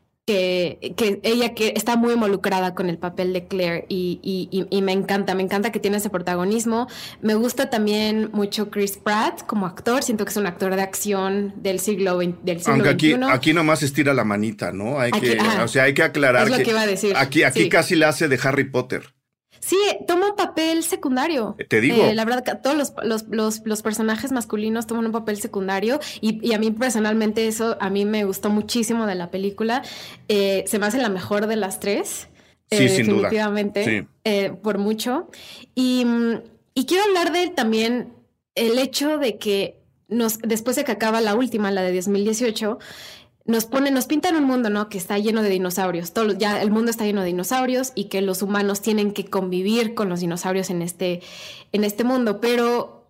Que, que ella que está muy involucrada con el papel de Claire y, y, y me encanta, me encanta que tiene ese protagonismo. Me gusta también mucho Chris Pratt como actor, siento que es un actor de acción del siglo veinte, del siglo Aunque aquí, veintiuno. Aquí nomás estira la manita, ¿no? Hay aquí, que, ajá, o sea, hay que aclarar es lo que, que iba a decir. aquí, aquí sí. casi le hace de Harry Potter. Sí, toma un papel secundario. Te digo. Eh, la verdad que todos los, los, los, los personajes masculinos toman un papel secundario y, y a mí personalmente eso a mí me gustó muchísimo de la película. Eh, se me hace la mejor de las tres. Sí, eh, sin definitivamente, duda. Sí. Eh, por mucho. Y, y quiero hablar de también el hecho de que nos, después de que acaba la última, la de dos mil dieciocho, nos ponen, nos pintan un mundo, ¿no? Que está lleno de dinosaurios. Todo, ya el mundo está lleno de dinosaurios y que los humanos tienen que convivir con los dinosaurios en este, en este mundo. Pero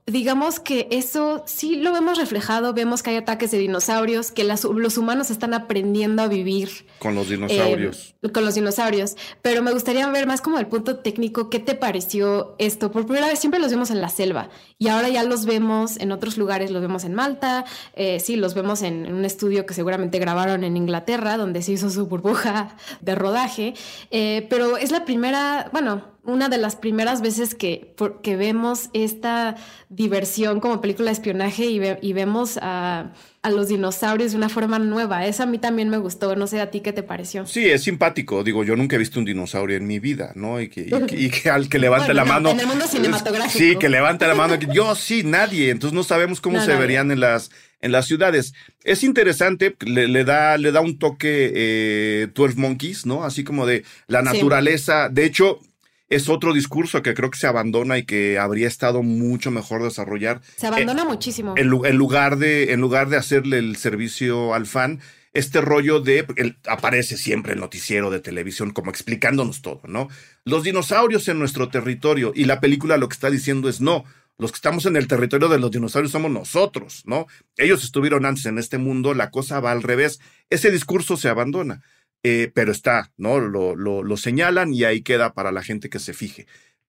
digamos que eso sí lo vemos reflejado, vemos que hay ataques de dinosaurios, que las, los humanos están aprendiendo a vivir. Con los dinosaurios. Eh, con los dinosaurios. Pero me gustaría ver más como el punto técnico, ¿qué te pareció esto? Por primera vez siempre los vimos en la selva y ahora ya los vemos en otros lugares, los vemos en Malta, eh, sí, los vemos en, en un estudio que seguramente grabaron en Inglaterra, donde se hizo su burbuja de rodaje, eh, pero es la primera, bueno... una de las primeras veces que, por, que vemos esta diversión como película de espionaje y, ve, y vemos a, a los dinosaurios de una forma nueva. Eso a mí también me gustó. No sé a ti qué te pareció. Sí, es simpático. Digo, yo nunca he visto un dinosaurio en mi vida, ¿no? Y que, y que, y que al que levante bueno, la mano... En el mundo cinematográfico. Sí, que levante la mano. Yo sí, nadie. Entonces no sabemos cómo no, se nadie. verían en las... en las ciudades. Es interesante, le, le, da, le da un toque eh, twelve Monkeys, ¿no? Así como de la naturaleza. Sí. De hecho... es otro discurso que creo que se abandona y que habría estado mucho mejor desarrollar. Se abandona eh, muchísimo. En, en, lugar de, en lugar de hacerle el servicio al fan, este rollo de... El, aparece siempre el noticiero de televisión como explicándonos todo, ¿no? Los dinosaurios en nuestro territorio. Y la película lo que está diciendo es no. Los que estamos en el territorio de los dinosaurios somos nosotros, ¿no? Ellos estuvieron antes en este mundo, la cosa va al revés. Ese discurso se abandona. Eh, pero está, ¿no? Lo, lo, lo señalan y ahí queda para la gente que se fije.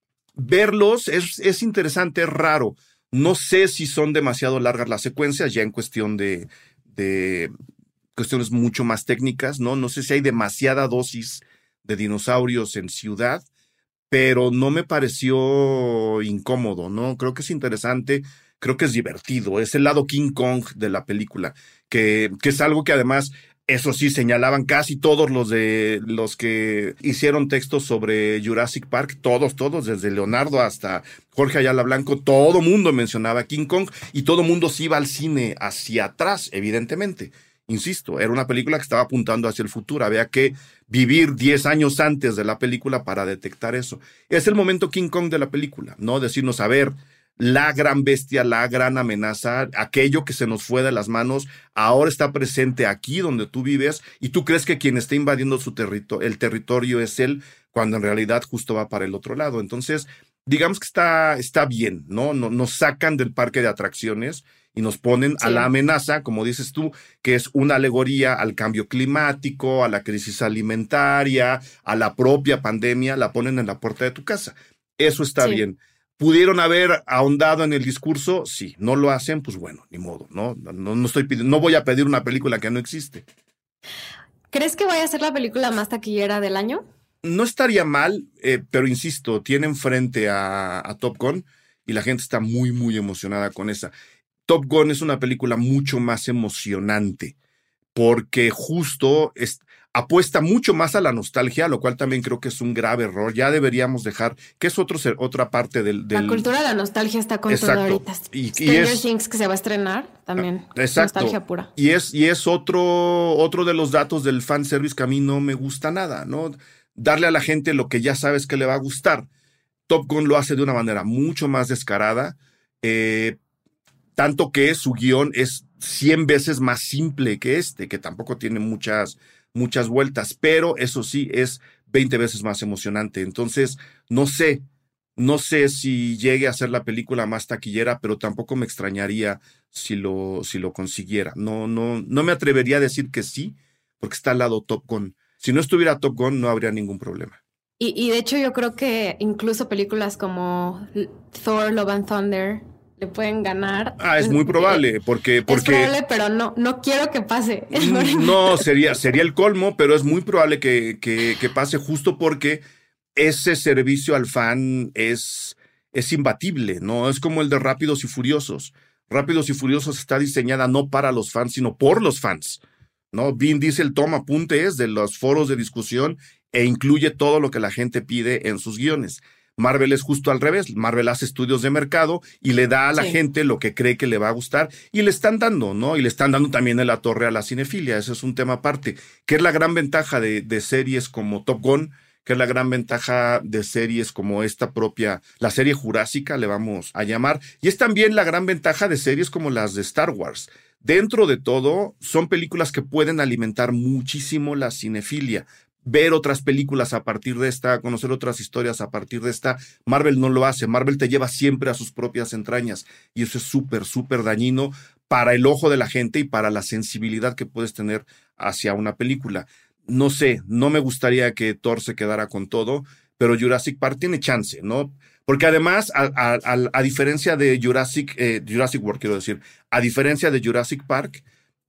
Verlos es, es interesante, es raro. No sé si son demasiado largas las secuencias, ya en cuestión de, de cuestiones mucho más técnicas, ¿no? No sé si hay demasiada dosis de dinosaurios en ciudad, pero no me pareció incómodo, ¿no? Creo que es interesante, creo que es divertido. Es el lado King Kong de la película, que, que es algo que además... Eso sí, señalaban casi todos los de los que hicieron textos sobre Jurassic Park, todos, todos, desde Leonardo hasta Jorge Ayala Blanco, todo mundo mencionaba King Kong y todo mundo se iba al cine hacia atrás, evidentemente. Insisto, era una película que estaba apuntando hacia el futuro, había que vivir diez años antes de la película para detectar eso. Es el momento King Kong de la película, ¿no? Decirnos, a ver... la gran bestia, la gran amenaza, aquello que se nos fue de las manos, ahora está presente aquí donde tú vives y tú crees que quien está invadiendo su territorio, el territorio es él, cuando en realidad justo va para el otro lado. Entonces, digamos que está, está bien, ¿no? Nos, nos sacan del parque de atracciones y nos ponen sí. a la amenaza, como dices tú, que es una alegoría al cambio climático, a la crisis alimentaria, a la propia pandemia, la ponen en la puerta de tu casa. Eso está sí. bien. ¿Pudieron haber ahondado en el discurso? Sí. ¿No lo hacen? Pues bueno, ni modo, ¿no? No, no estoy pidiendo, no voy a pedir una película que no existe. ¿Crees que vaya a ser la película más taquillera del año? No estaría mal, eh, pero insisto, tienen frente a, a Top Gun y la gente está muy, muy emocionada con esa. Top Gun es una película mucho más emocionante porque justo... es, apuesta mucho más a la nostalgia, lo cual también creo que es un grave error. Ya deberíamos dejar, que es otro, otra parte del... del... La cultura de la nostalgia está con todo ahorita. Y, Stranger y es... Things, que se va a estrenar, también. Exacto. Nostalgia pura. Y es, y es otro, otro de los datos del fanservice que a mí no me gusta nada, ¿no? Darle a la gente lo que ya sabes que le va a gustar. Top Gun lo hace de una manera mucho más descarada, eh, tanto que su guión es cien veces más simple que este, que tampoco tiene muchas... muchas vueltas, pero eso sí es veinte veces más emocionante. Entonces, no sé, no sé si llegue a ser la película más taquillera, pero tampoco me extrañaría si lo, si lo consiguiera. No, no, no me atrevería a decir que sí, porque está al lado Top Gun. Si no estuviera Top Gun, no habría ningún problema. Y, y de hecho yo creo que incluso películas como Thor, Love and Thunder le pueden ganar. Ah, es muy probable, porque... porque es probable, pero no, no quiero que pase. No, sería, sería el colmo, pero es muy probable que, que, que pase justo porque ese servicio al fan es, es imbatible, ¿no? Es como el de Rápidos y Furiosos. Rápidos y Furiosos está diseñada no para los fans, sino por los fans, ¿no? Vin Diesel toma apuntes de los foros de discusión e incluye todo lo que la gente pide en sus guiones. Marvel es justo al revés. Marvel hace estudios de mercado y le da a la sí. gente lo que cree que le va a gustar y le están dando, ¿no? Y le están dando también en la torre a la cinefilia. Ese es un tema aparte. Que es la gran ventaja de, de series como Top Gun, que es la gran ventaja de series como esta propia, la serie Jurásica, le vamos a llamar. Y es también la gran ventaja de series como las de Star Wars. Dentro de todo, son películas que pueden alimentar muchísimo la cinefilia. ver otras películas a partir de esta, conocer otras historias a partir de esta. Marvel no lo hace, Marvel te lleva siempre a sus propias entrañas y eso es súper, súper dañino para el ojo de la gente y para la sensibilidad que puedes tener hacia una película. No sé, no me gustaría que Thor se quedara con todo, pero Jurassic Park tiene chance, ¿no? Porque además, a, a, a, a diferencia de Jurassic, eh, Jurassic World, quiero decir, a diferencia de Jurassic Park,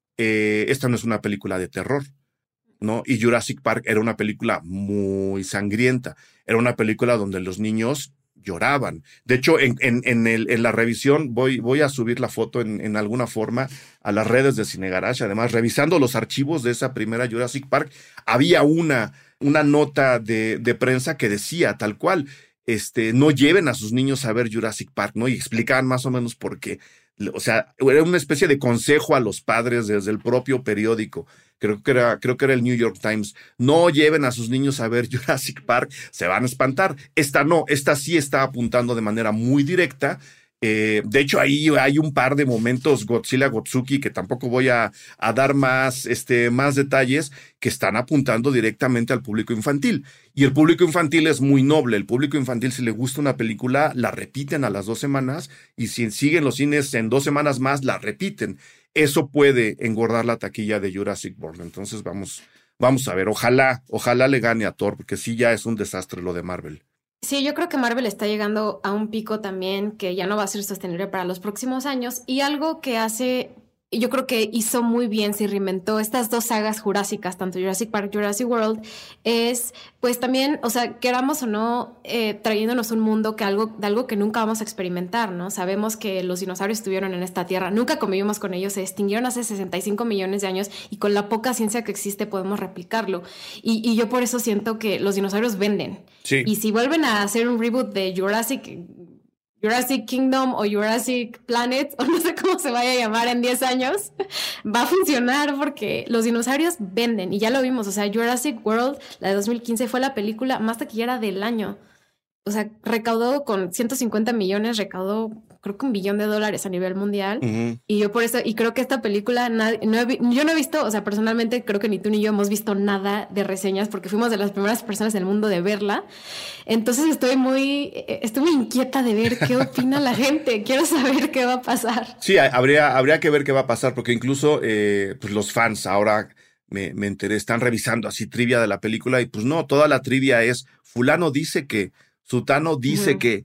eh, esta no es una película de terror, ¿no? Y Jurassic Park era una película muy sangrienta, era una película donde los niños lloraban. De hecho, en, en, en, el, en la revisión, voy, voy a subir la foto en, en alguna forma a las redes de Cine Garage. Además, revisando los archivos de esa primera Jurassic Park, había una, una nota de, de prensa que decía tal cual, este, no lleven a sus niños a ver Jurassic Park, ¿no? Y explicaban más o menos por qué. O sea, era una especie de consejo a los padres desde el propio periódico. Creo que era, creo que era el New York Times. No lleven a sus niños a ver Jurassic Park, se van a espantar. Esta no, esta sí está apuntando de manera muy directa. Eh, de hecho, ahí hay un par de momentos Godzilla Gotsuki que tampoco voy a, a dar más, este, más detalles, que están apuntando directamente al público infantil. Y el público infantil es muy noble. El público infantil, si le gusta una película, la repiten a las dos semanas y si siguen los cines en dos semanas más, la repiten. Eso puede engordar la taquilla de Jurassic World. Entonces vamos, vamos a ver. Ojalá, ojalá le gane a Thor, porque sí ya es un desastre lo de Marvel. Sí, yo creo que Marvel está llegando a un pico también que ya no va a ser sostenible para los próximos años y algo que hace, yo creo que hizo muy bien, se reinventó estas dos sagas jurásicas, tanto Jurassic Park, Jurassic World, es pues también, o sea, queramos o no, eh, trayéndonos un mundo que algo, de algo que nunca vamos a experimentar, ¿no? Sabemos que los dinosaurios estuvieron en esta tierra, nunca convivimos con ellos, se extinguieron hace sesenta y cinco millones de años y con la poca ciencia que existe podemos replicarlo. Y, y yo por eso siento que los dinosaurios venden. Sí. Y si vuelven a hacer un reboot de Jurassic... Jurassic Kingdom o Jurassic Planet, o no sé cómo se vaya a llamar en diez años, va a funcionar porque los dinosaurios venden, y ya lo vimos, o sea, Jurassic World, la de dos mil quince, fue la película más taquillera del año. O sea, recaudó con ciento cincuenta millones, recaudó creo que un billón de dólares a nivel mundial. Uh-huh. Y yo por eso, y creo que esta película, nadie, no he, yo no he visto, o sea, personalmente creo que ni tú ni yo hemos visto nada de reseñas porque fuimos de las primeras personas del mundo de verla. Entonces estoy muy, estoy muy inquieta de ver qué opina la gente. Quiero saber qué va a pasar. Sí, habría, habría que ver qué va a pasar porque incluso eh, pues los fans ahora... Me, me enteré, están revisando así trivia de la película y pues no, toda la trivia es fulano dice que, sutano dice uh-huh. que,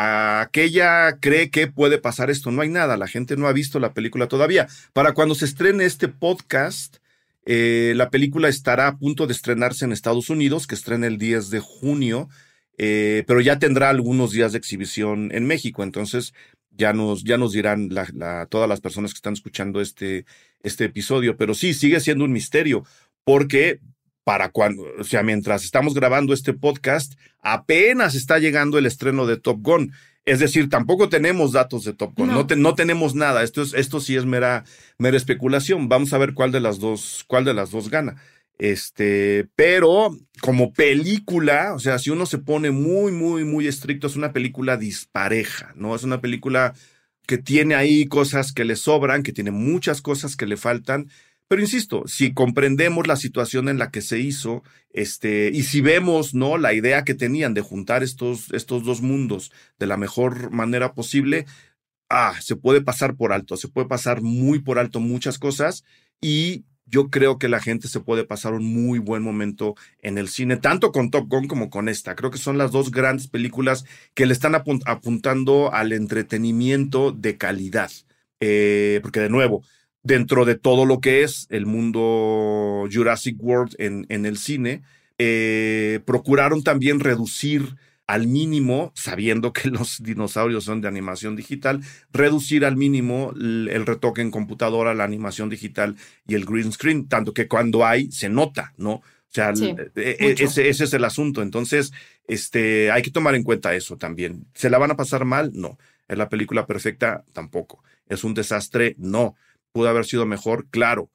aquella cree que puede pasar esto. No hay nada, la gente no ha visto la película todavía. Para cuando se estrene este podcast, eh, la película estará a punto de estrenarse en Estados Unidos, que estrena el diez de junio, eh, pero ya tendrá algunos días de exhibición en México, entonces ya nos, ya nos dirán la, la, todas las personas que están escuchando este, este episodio, pero sí, sigue siendo un misterio, porque para cuando, o sea, mientras estamos grabando este podcast, apenas está llegando el estreno de Top Gun, es decir, tampoco tenemos datos de Top Gun, no, no, te, no tenemos nada, esto, es, esto sí es mera, mera especulación, vamos a ver cuál de las dos, cuál de las dos gana. Este, pero como película, o sea, si uno se pone muy, muy, muy estricto, es una película dispareja, ¿no? Es una película que tiene ahí cosas que le sobran, que tiene muchas cosas que le faltan, pero insisto, si comprendemos la situación en la que se hizo, este, y si vemos, ¿no?, la idea que tenían de juntar estos, estos dos mundos de la mejor manera posible, ah, se puede pasar por alto, se puede pasar muy por alto muchas cosas, y yo creo que la gente se puede pasar un muy buen momento en el cine, tanto con Top Gun como con esta. Creo que son las dos grandes películas que le están apunt- apuntando al entretenimiento de calidad. Eh, porque, de nuevo, dentro de todo lo que es el mundo Jurassic World en, en el cine, eh, procuraron también reducir al mínimo, sabiendo que los dinosaurios son de animación digital, reducir al mínimo el, el retoque en computadora, la animación digital y el green screen, tanto que cuando hay, se nota, ¿no? O sea, sí, e- ese, ese es el asunto. Entonces, este, hay que tomar en cuenta eso también. ¿Se la van a pasar mal? No. ¿Es la película perfecta? Tampoco. ¿Es un desastre? No. ¿Pudo haber sido mejor? Claro.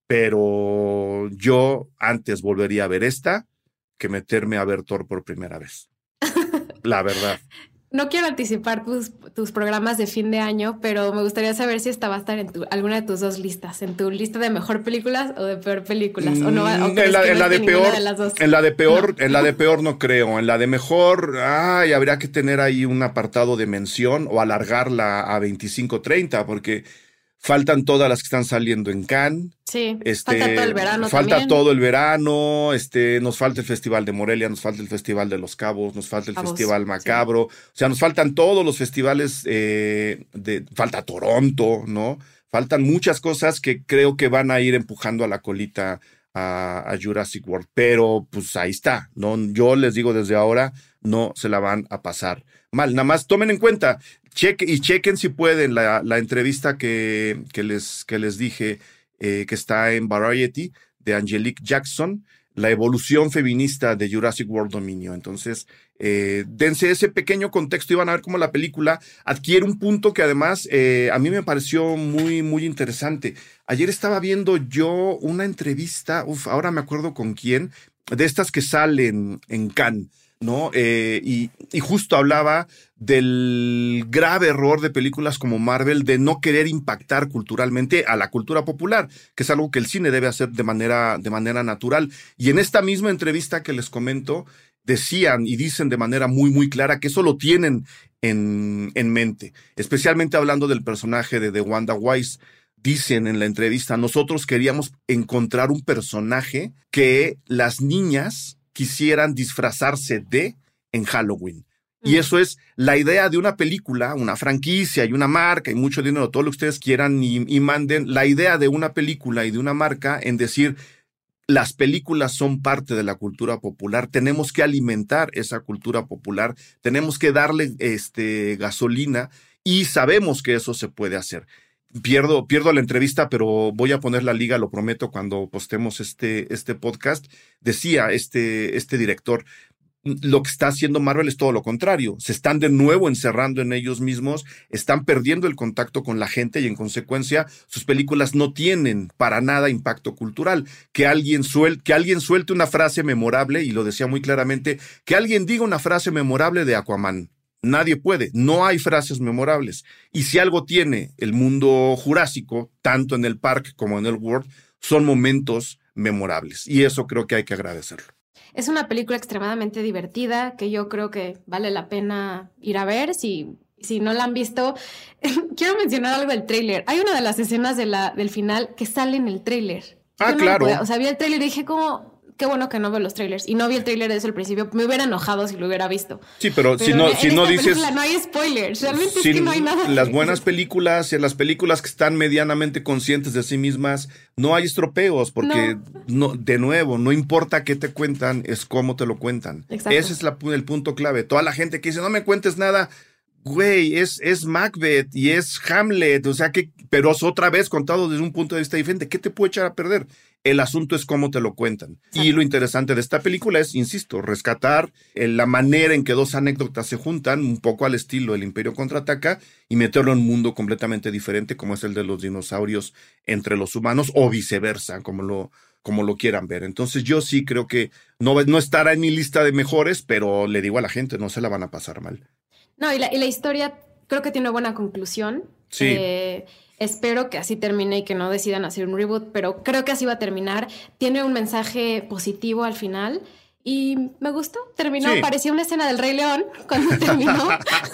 Pero yo antes volvería a ver esta que meterme a ver Thor por primera vez. La verdad. No quiero anticipar tus, tus programas de fin de año, pero me gustaría saber si esta va a estar en tu, alguna de tus dos listas, en tu lista de mejor películas o de peor películas. ¿O no va, o en la, que en no la de peor, de las dos? en la de peor, no. en la de peor no creo. En la de mejor, ay, habría que tener ahí un apartado de mención o alargarla a veinticinco treinta, porque faltan todas las que están saliendo en Cannes. Sí, este, falta todo el verano Falta también. todo el verano, este, nos falta el Festival de Morelia, nos falta el Festival de Los Cabos, nos falta el Cabos, Festival Macabro. Sí. O sea, nos faltan todos los festivales, eh, de, falta Toronto, ¿no? Faltan muchas cosas que creo que van a ir empujando a la colita a, a Jurassic World. Pero, pues, ahí está, ¿no? Yo les digo desde ahora, no se la van a pasar mal. Nada más tomen en cuenta, cheque, y chequen si pueden la, la entrevista que, que, les, que les dije, eh, que está en Variety, de Angelique Jackson, la evolución feminista de Jurassic World Dominio. Entonces, eh, dense ese pequeño contexto y van a ver cómo la película adquiere un punto que además eh, a mí me pareció muy, muy interesante. Ayer estaba viendo yo una entrevista, uf, ahora me acuerdo con quién, de estas que salen en Cannes, ¿no? Eh, y, y justo hablaba del grave error de películas como Marvel de no querer impactar culturalmente a la cultura popular, que es algo que el cine debe hacer de manera, de manera natural. Y en esta misma entrevista que les comento, decían y dicen de manera muy, muy clara que eso lo tienen en, en mente, especialmente hablando del personaje de, de Wanda Wise. Dicen en la entrevista, nosotros queríamos encontrar un personaje que las niñas quisieran disfrazarse de en Halloween. Y eso es la idea de una película, una franquicia y una marca y mucho dinero, todo lo que ustedes quieran y, y manden. La idea de una película y de una marca en decir, las películas son parte de la cultura popular, tenemos que alimentar esa cultura popular, tenemos que darle este, gasolina y sabemos que eso se puede hacer. Pierdo, pierdo la entrevista, pero voy a poner la liga, lo prometo, cuando postemos este, este podcast. Decía este, este director, lo que está haciendo Marvel es todo lo contrario. Se están de nuevo encerrando en ellos mismos, están perdiendo el contacto con la gente y en consecuencia sus películas no tienen para nada impacto cultural. Que alguien, suel, que alguien suelte una frase memorable, y lo decía muy claramente, que alguien diga una frase memorable de Aquaman. Nadie puede, no hay frases memorables. Y si algo tiene el mundo jurásico, tanto en el parque como en el World, son momentos memorables. Y eso creo que hay que agradecerlo. Es una película extremadamente divertida que yo creo que vale la pena ir a ver. Si, si no la han visto, quiero mencionar algo del tráiler. Hay una de las escenas de la, del final que sale en el tráiler. Ah, no claro. Podía, o sea, vi el tráiler y dije como... Qué bueno que no veo los trailers. Y no vi el trailer desde el principio. Me hubiera enojado si lo hubiera visto. Sí, pero, pero si no, en, si en no esta dices... película no hay spoilers. Realmente si, es que no hay nada. Las buenas películas, las películas que están medianamente conscientes de sí mismas, no hay estropeos, porque, no. No, de nuevo, no importa qué te cuentan, es cómo te lo cuentan. Exacto. Ese es la, el punto clave. Toda la gente que dice, no me cuentes nada... Güey, es, es Macbeth y es Hamlet, o sea que, pero es otra vez contado desde un punto de vista diferente. ¿Qué te puede echar a perder? El asunto es cómo te lo cuentan. Sí. Y lo interesante de esta película es, insisto, rescatar eh, la manera en que dos anécdotas se juntan, un poco al estilo El Imperio Contraataca, y meterlo en un mundo completamente diferente, como es el de los dinosaurios entre los humanos, o viceversa, como lo, como lo quieran ver. Entonces yo sí creo que no, no estará en mi lista de mejores, pero le digo a la gente, no se la van a pasar mal. No, y la, y la historia creo que tiene buena conclusión. Sí. Eh, espero que así termine y que no decidan hacer un reboot, pero creo que así va a terminar. Tiene un mensaje positivo al final y me gustó. Terminó, sí. Parecía una escena del Rey León cuando terminó.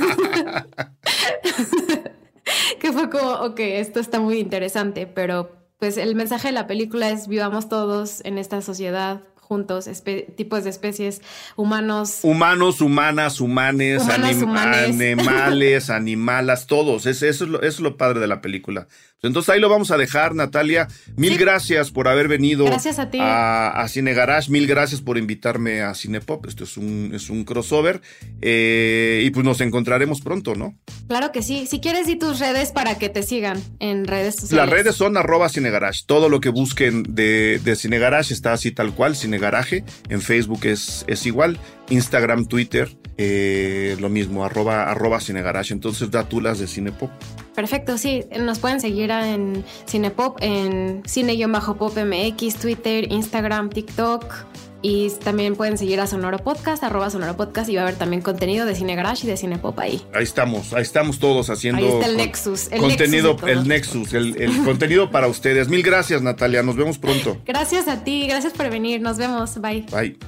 Que fue como, ok, esto está muy interesante, pero pues el mensaje de la película es vivamos todos en esta sociedad juntos, espe- tipos de especies, humanos. Humanos, humanas, humanes, humanas, anim- humanes. animales, animalas, todos. Es, eso, es lo, eso es lo padre de la película. Entonces ahí lo vamos a dejar, Natalia. Mil sí. gracias por haber venido gracias a, ti. a, a Cine Garage. Mil gracias por invitarme a Cinepop. Esto es un, es un crossover. Eh, y pues nos encontraremos pronto, ¿no? Claro que sí. Si quieres, di tus redes para que te sigan en redes sociales. Las redes son arroba Cine Garage. Todo lo que busquen de, de Cine Garage está así tal cual, Cine Garaje. En Facebook es, es igual. Instagram, Twitter, eh, lo mismo, arroba, arroba Cine Garage. Entonces da tú las de Cinepop. Perfecto, sí. Nos pueden seguir en Cinepop, en Cine-Pop M X, Twitter, Instagram, TikTok Y también pueden seguir a Sonoro Podcast, arroba Sonoro Podcast, y va a haber también contenido de Cine Garage y de Cine Pop ahí. Ahí estamos, ahí estamos todos haciendo ahí está el Nexus, el contenido, Nexus el Nexus, el, el contenido para ustedes. Mil gracias, Natalia, nos vemos pronto. Gracias a ti, gracias por venir, nos vemos, bye. Bye.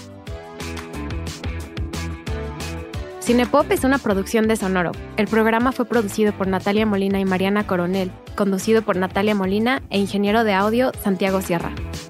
Cinepop es una producción de Sonoro. El programa fue producido por Natalia Molina y Mariana Coronel, conducido por Natalia Molina e ingeniero de audio Santiago Sierra.